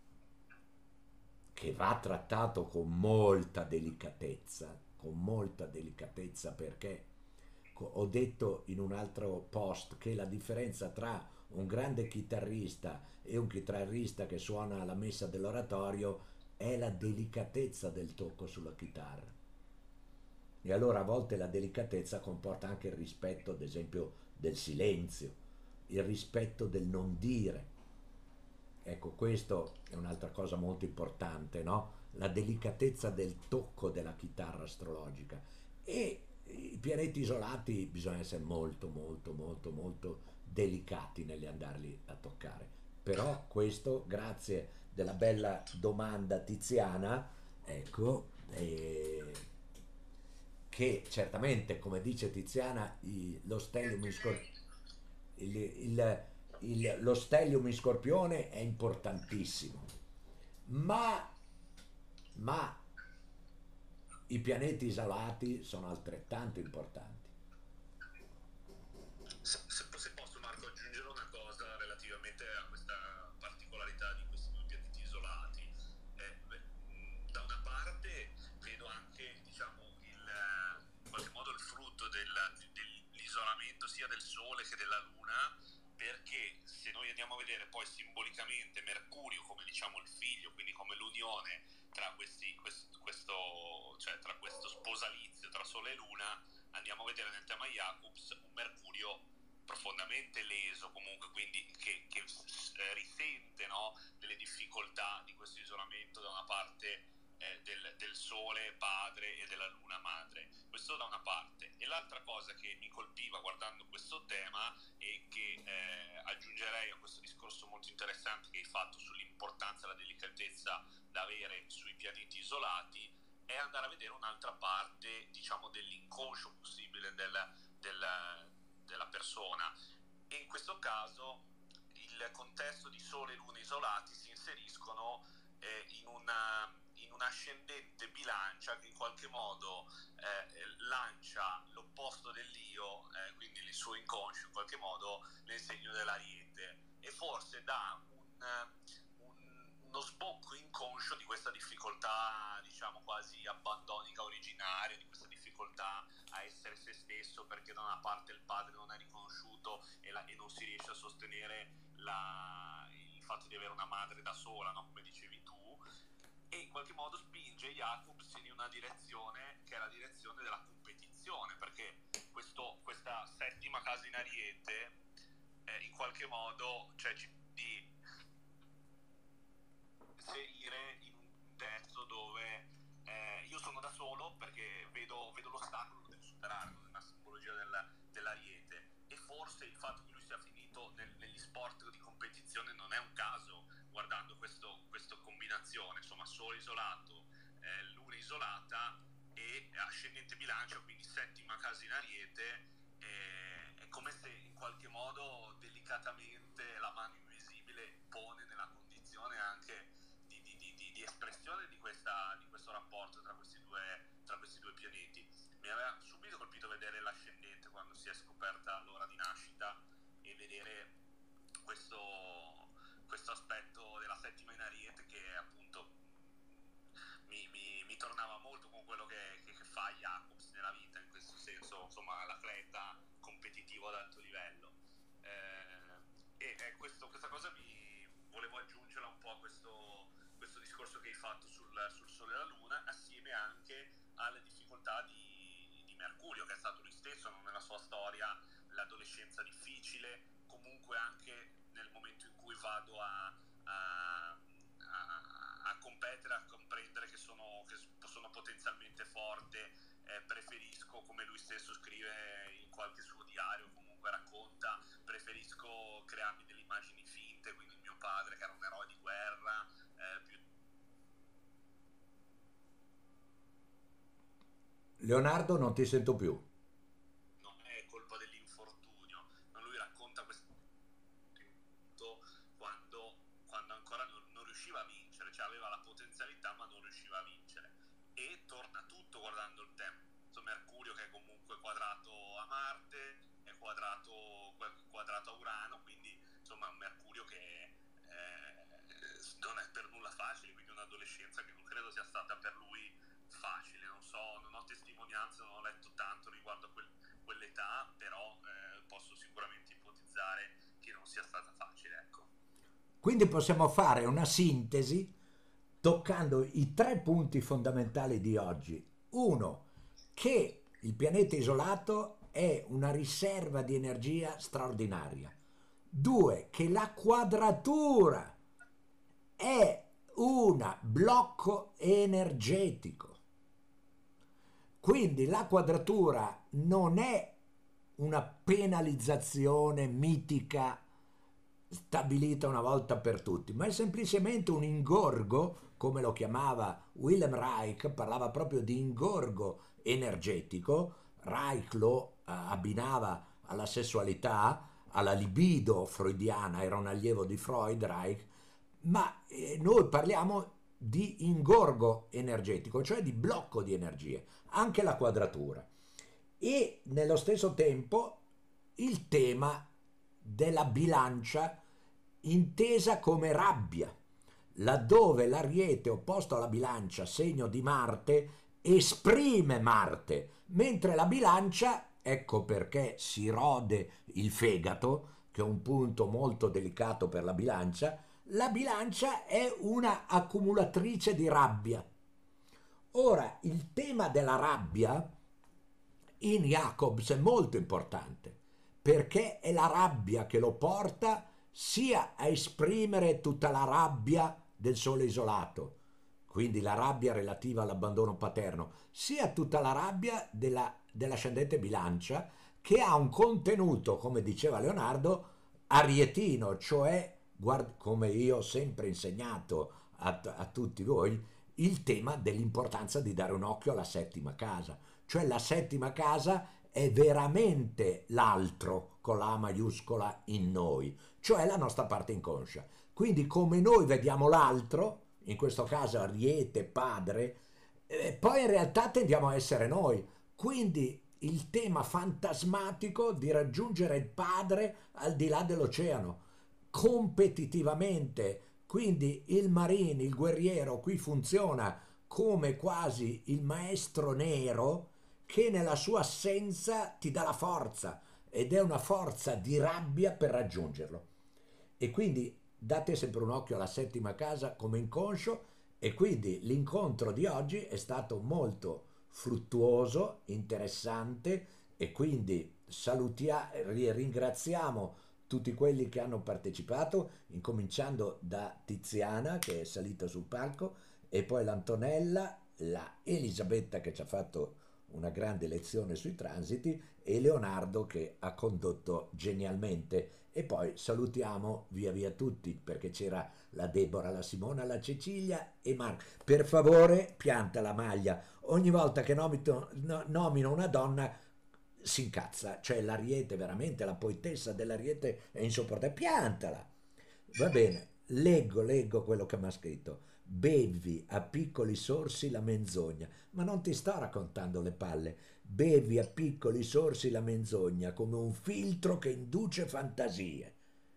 che va trattato con molta delicatezza, con molta delicatezza, perché ho detto in un altro post che la differenza tra un grande chitarrista e un chitarrista che suona la messa dell'oratorio è la delicatezza del tocco sulla chitarra. E allora a volte la delicatezza comporta anche il rispetto, ad esempio, del silenzio, il rispetto del non dire. Ecco, questo è un'altra cosa molto importante, no? La delicatezza del tocco della chitarra astrologica. E i pianeti isolati bisogna essere molto, molto, molto, molto delicati nell'andarli a toccare. Però questo, grazie della bella domanda Tiziana, ecco, eh, che certamente, come dice Tiziana, i- lo stellium in scor- il- il- il- lo stellium in Scorpione è importantissimo, ma, ma i pianeti isolati sono altrettanto importanti. Se, se- se posso Marco aggiungere una cosa relativamente a questa particolarità di questi due pianeti isolati. Eh, beh, mh, da una parte vedo anche diciamo il, eh, in qualche modo il frutto del- dell'isolamento sia del Sole che della Luna, perché se noi andiamo a vedere poi simbolicamente Mercurio come diciamo il figlio, quindi come l'unione tra questi, quest- questo, cioè tra questo sposalizio tra Sole e Luna, andiamo a vedere nel tema Jacobs un Mercurio profondamente leso comunque, quindi che, che eh, risente, no, delle difficoltà di questo isolamento da una parte eh, del, del Sole padre e della Luna madre. Questo da una parte. E l'altra cosa che mi colpiva guardando questo tema e che eh, aggiungerei a questo discorso molto interessante che hai fatto sull'importanza e la delicatezza da avere sui pianeti isolati, è andare a vedere un'altra parte, diciamo, dell'inconscio possibile del, del, della persona. E in questo caso il contesto di Sole e Luna isolati si inseriscono eh, in una in un'ascendente bilancia che in qualche modo eh, lancia l'opposto dell'io, eh, quindi il suo inconscio in qualche modo nel segno dell'Ariete, e forse dà un, un, uno sbocco inconscio di questa difficoltà diciamo quasi abbandonica originaria, di questa difficoltà a essere se stesso, perché da una parte il padre non è riconosciuto e, la, e non si riesce a sostenere la, il fatto di avere una madre da sola, no? Come dicevi tu, e in qualche modo spinge Jacobs in una direzione che è la direzione della competizione, perché questo, questa settima casa in Ariete eh, in qualche modo cioè, ci di inserire in un contesto dove eh, io sono da solo perché vedo, vedo l'ostacolo, lo devo superare, non è una simbologia del, dell'Ariete, e forse il fatto che lui sia finito nel, negli sport di competizione non è un caso, guardando questo, questa combinazione, insomma, Sole isolato, eh, Luna isolata e ascendente bilancia, quindi settima casa in Ariete, eh, è come se in qualche modo delicatamente la mano invisibile pone nella condizione anche di, di, di, di, di espressione di, questa, di questo rapporto tra questi, due, tra questi due pianeti. Mi aveva subito colpito vedere l'ascendente quando si è scoperta l'ora di nascita e vedere questo questo aspetto della settima in Ariete che appunto mi, mi, mi tornava molto con quello che, che, che fa Jacobs nella vita, in questo senso, insomma, l'atleta competitivo ad alto livello. Eh, e eh, questo, questa cosa mi volevo aggiungerla un po' a questo, questo discorso che hai fatto sul, sul Sole e la Luna, assieme anche alle difficoltà di, di Mercurio, che è stato lui stesso, no, nella sua storia, l'adolescenza difficile, comunque anche nel momento in cui vado a, a, a, a competere, a comprendere che sono, che sono potenzialmente forte, eh, preferisco, come lui stesso scrive in qualche suo diario, comunque racconta, preferisco crearmi delle immagini finte, quindi il mio padre che era un eroe di guerra, eh, più... Leonardo, non ti sento più. non è colpa dell'infortunio, ma lui racconta questo quando, quando ancora non, non riusciva a vincere, cioè aveva la potenzialità ma non riusciva a vincere, e torna tutto guardando il tempo. Insomma, Mercurio che è comunque quadrato a Marte, è quadrato, quadrato a Urano, quindi insomma un Mercurio che eh, non è per nulla facile, quindi un'adolescenza che non credo sia stata per lui facile, non so, non ho testimonianze, non ho letto tanto riguardo a quel, quell'età, però eh, posso sicuramente ipotizzare che non sia stata facile, ecco. Quindi possiamo fare una sintesi toccando i tre punti fondamentali di oggi. Uno, che il pianeta isolato è una riserva di energia straordinaria. Due, che la quadratura è un blocco energetico. Quindi la quadratura non è una penalizzazione mitica stabilita una volta per tutti, ma è semplicemente un ingorgo, come lo chiamava Wilhelm Reich, parlava proprio di ingorgo energetico. Reich lo eh, abbinava alla sessualità, alla libido freudiana, era un allievo di Freud, Reich, ma eh, noi parliamo di ingorgo energetico, cioè di blocco di energie, anche la quadratura. E nello stesso tempo il tema della bilancia intesa come rabbia, laddove l'Ariete opposto alla bilancia, segno di Marte, esprime Marte, mentre la bilancia, ecco perché si rode il fegato, che è un punto molto delicato per la bilancia, la bilancia è una accumulatrice di rabbia. Ora, il tema della rabbia in Jacobs è molto importante, perché è la rabbia che lo porta sia a esprimere tutta la rabbia del sole isolato, quindi la rabbia relativa all'abbandono paterno, sia tutta la rabbia della, dell'ascendente bilancia, che ha un contenuto, come diceva Leonardo, arietino, cioè, guarda, come io ho sempre insegnato a, a tutti voi, il tema dell'importanza di dare un occhio alla settima casa, cioè la settima casa è veramente l'altro con la A maiuscola in noi, cioè la nostra parte inconscia. Quindi come noi vediamo l'altro, in questo caso Ariete, padre, eh, poi in realtà tendiamo a essere noi. Quindi il tema fantasmatico di raggiungere il padre al di là dell'oceano, competitivamente. Quindi il marine, il guerriero, qui funziona come quasi il maestro nero che nella sua assenza ti dà la forza, ed è una forza di rabbia per raggiungerlo. E quindi date sempre un occhio alla settima casa come inconscio, e quindi l'incontro di oggi è stato molto fruttuoso, interessante, e quindi salutiamo, ringraziamo tutti quelli che hanno partecipato, incominciando da Tiziana che è salita sul palco, e poi l'Antonella, la Elisabetta che ci ha fatto una grande lezione sui transiti, e Leonardo che ha condotto genialmente. E poi salutiamo via via tutti, perché c'era la Deborah, la Simona, la Cecilia e Marco. Per favore pianta la maglia, ogni volta che nomino, no, nomino una donna si incazza, cioè l'Ariete, veramente la poetessa dell'Ariete è insopportabile, piantala. Va bene, leggo, leggo quello che mi ha scritto. Bevi a piccoli sorsi la menzogna, ma non ti sto raccontando le palle, bevi a piccoli sorsi la menzogna come un filtro che induce fantasie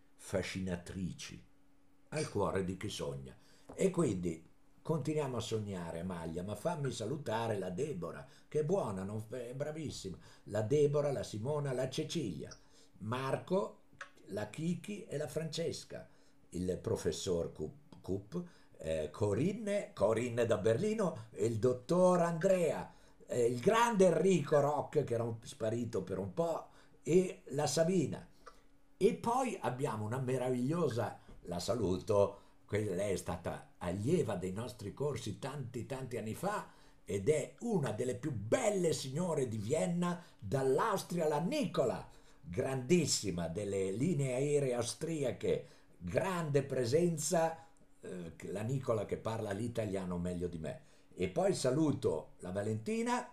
fascinatrici al cuore di chi sogna. E quindi continuiamo a sognare, Amaglia, ma fammi salutare la Deborah, che è buona, non, è bravissima, la Deborah, la Simona, la Cecilia, Marco, la Kiki e la Francesca, il professor Cup, Cup eh, Corinne, Corinne da Berlino, e il dottor Andrea, eh, il grande Enrico Rock che era un, sparito per un po', e la Sabina. E poi abbiamo una meravigliosa, la saluto, lei è stata allieva dei nostri corsi tanti tanti anni fa ed è una delle più belle signore di Vienna, dall'Austria, la Nicola, grandissima, delle linee aeree austriache, grande presenza, eh, la Nicola che parla l'italiano meglio di me. E poi saluto la Valentina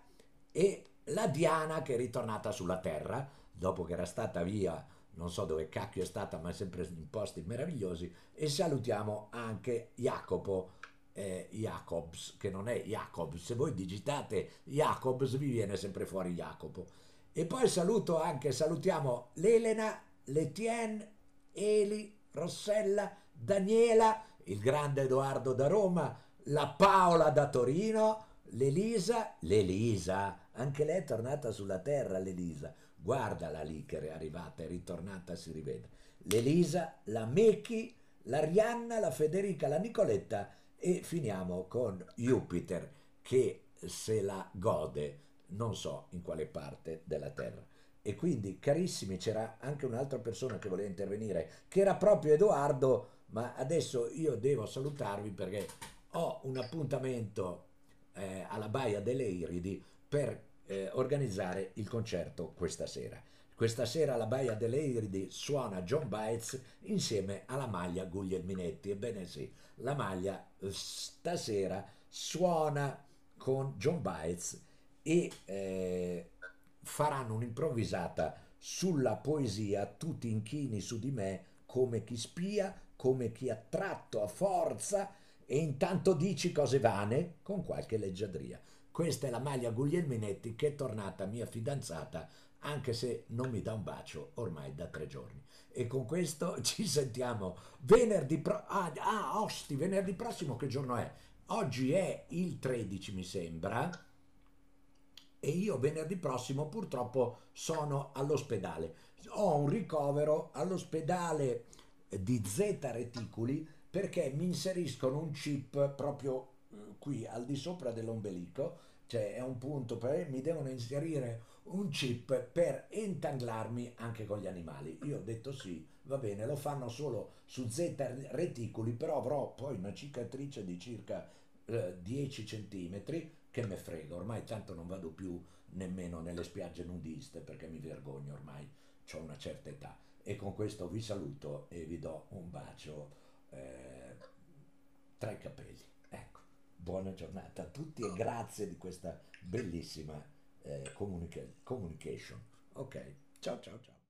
e la Diana che è ritornata sulla terra dopo che era stata via, non so dove cacchio è stata, ma è sempre in posti meravigliosi. E salutiamo anche Jacopo, eh, Jacobs, che non è Jacobs, se voi digitate Jacobs vi viene sempre fuori Jacopo. E poi saluto anche, salutiamo l'Elena, l'Etienne, Eli, Rossella, Daniela, il grande Edoardo da Roma, la Paola da Torino, l'Elisa, l'Elisa, anche lei è tornata sulla terra, l'Elisa, guardala lì che è arrivata, è ritornata, si rivede, l'Elisa, la Mechi, l'Arianna, la Federica, la Nicoletta, e finiamo con Jupiter che se la gode non so in quale parte della terra. E quindi, carissimi, c'era anche un'altra persona che voleva intervenire, che era proprio Edoardo, ma adesso io devo salutarvi perché ho un appuntamento eh, alla Baia delle Iridi per eh, organizzare il concerto questa sera. Questa sera la Baia delle Iridi suona John Baez insieme alla maglia Guglielminetti. Ebbene sì, la maglia stasera suona con John Baez e eh, faranno un'improvvisata sulla poesia, tu ti inchini su di me come chi spia, come chi attratto a forza e intanto dici cose vane con qualche leggiadria. Questa è la maglia Guglielminetti che è tornata mia fidanzata, anche se non mi dà un bacio ormai da tre giorni. E con questo ci sentiamo venerdì prossimo. Ah, ah, osti, venerdì prossimo che giorno è? Oggi è il tredici mi sembra e io venerdì prossimo purtroppo sono all'ospedale. Ho un ricovero all'ospedale di Z Reticuli perché mi inseriscono un chip proprio qui al di sopra dell'ombelico, cioè è un punto per mi devono inserire un chip per intanglarmi anche con gli animali. Io ho detto sì, va bene, lo fanno solo su Z Reticuli, però avrò poi una cicatrice di circa eh, dieci centimetri che me frega, ormai tanto non vado più nemmeno nelle spiagge nudiste perché mi vergogno, ormai ho una certa età. E con questo vi saluto e vi do un bacio eh, tra i capelli. Ecco, buona giornata a tutti e grazie di questa bellissima eh, comunica- communication. Ok, ciao ciao ciao.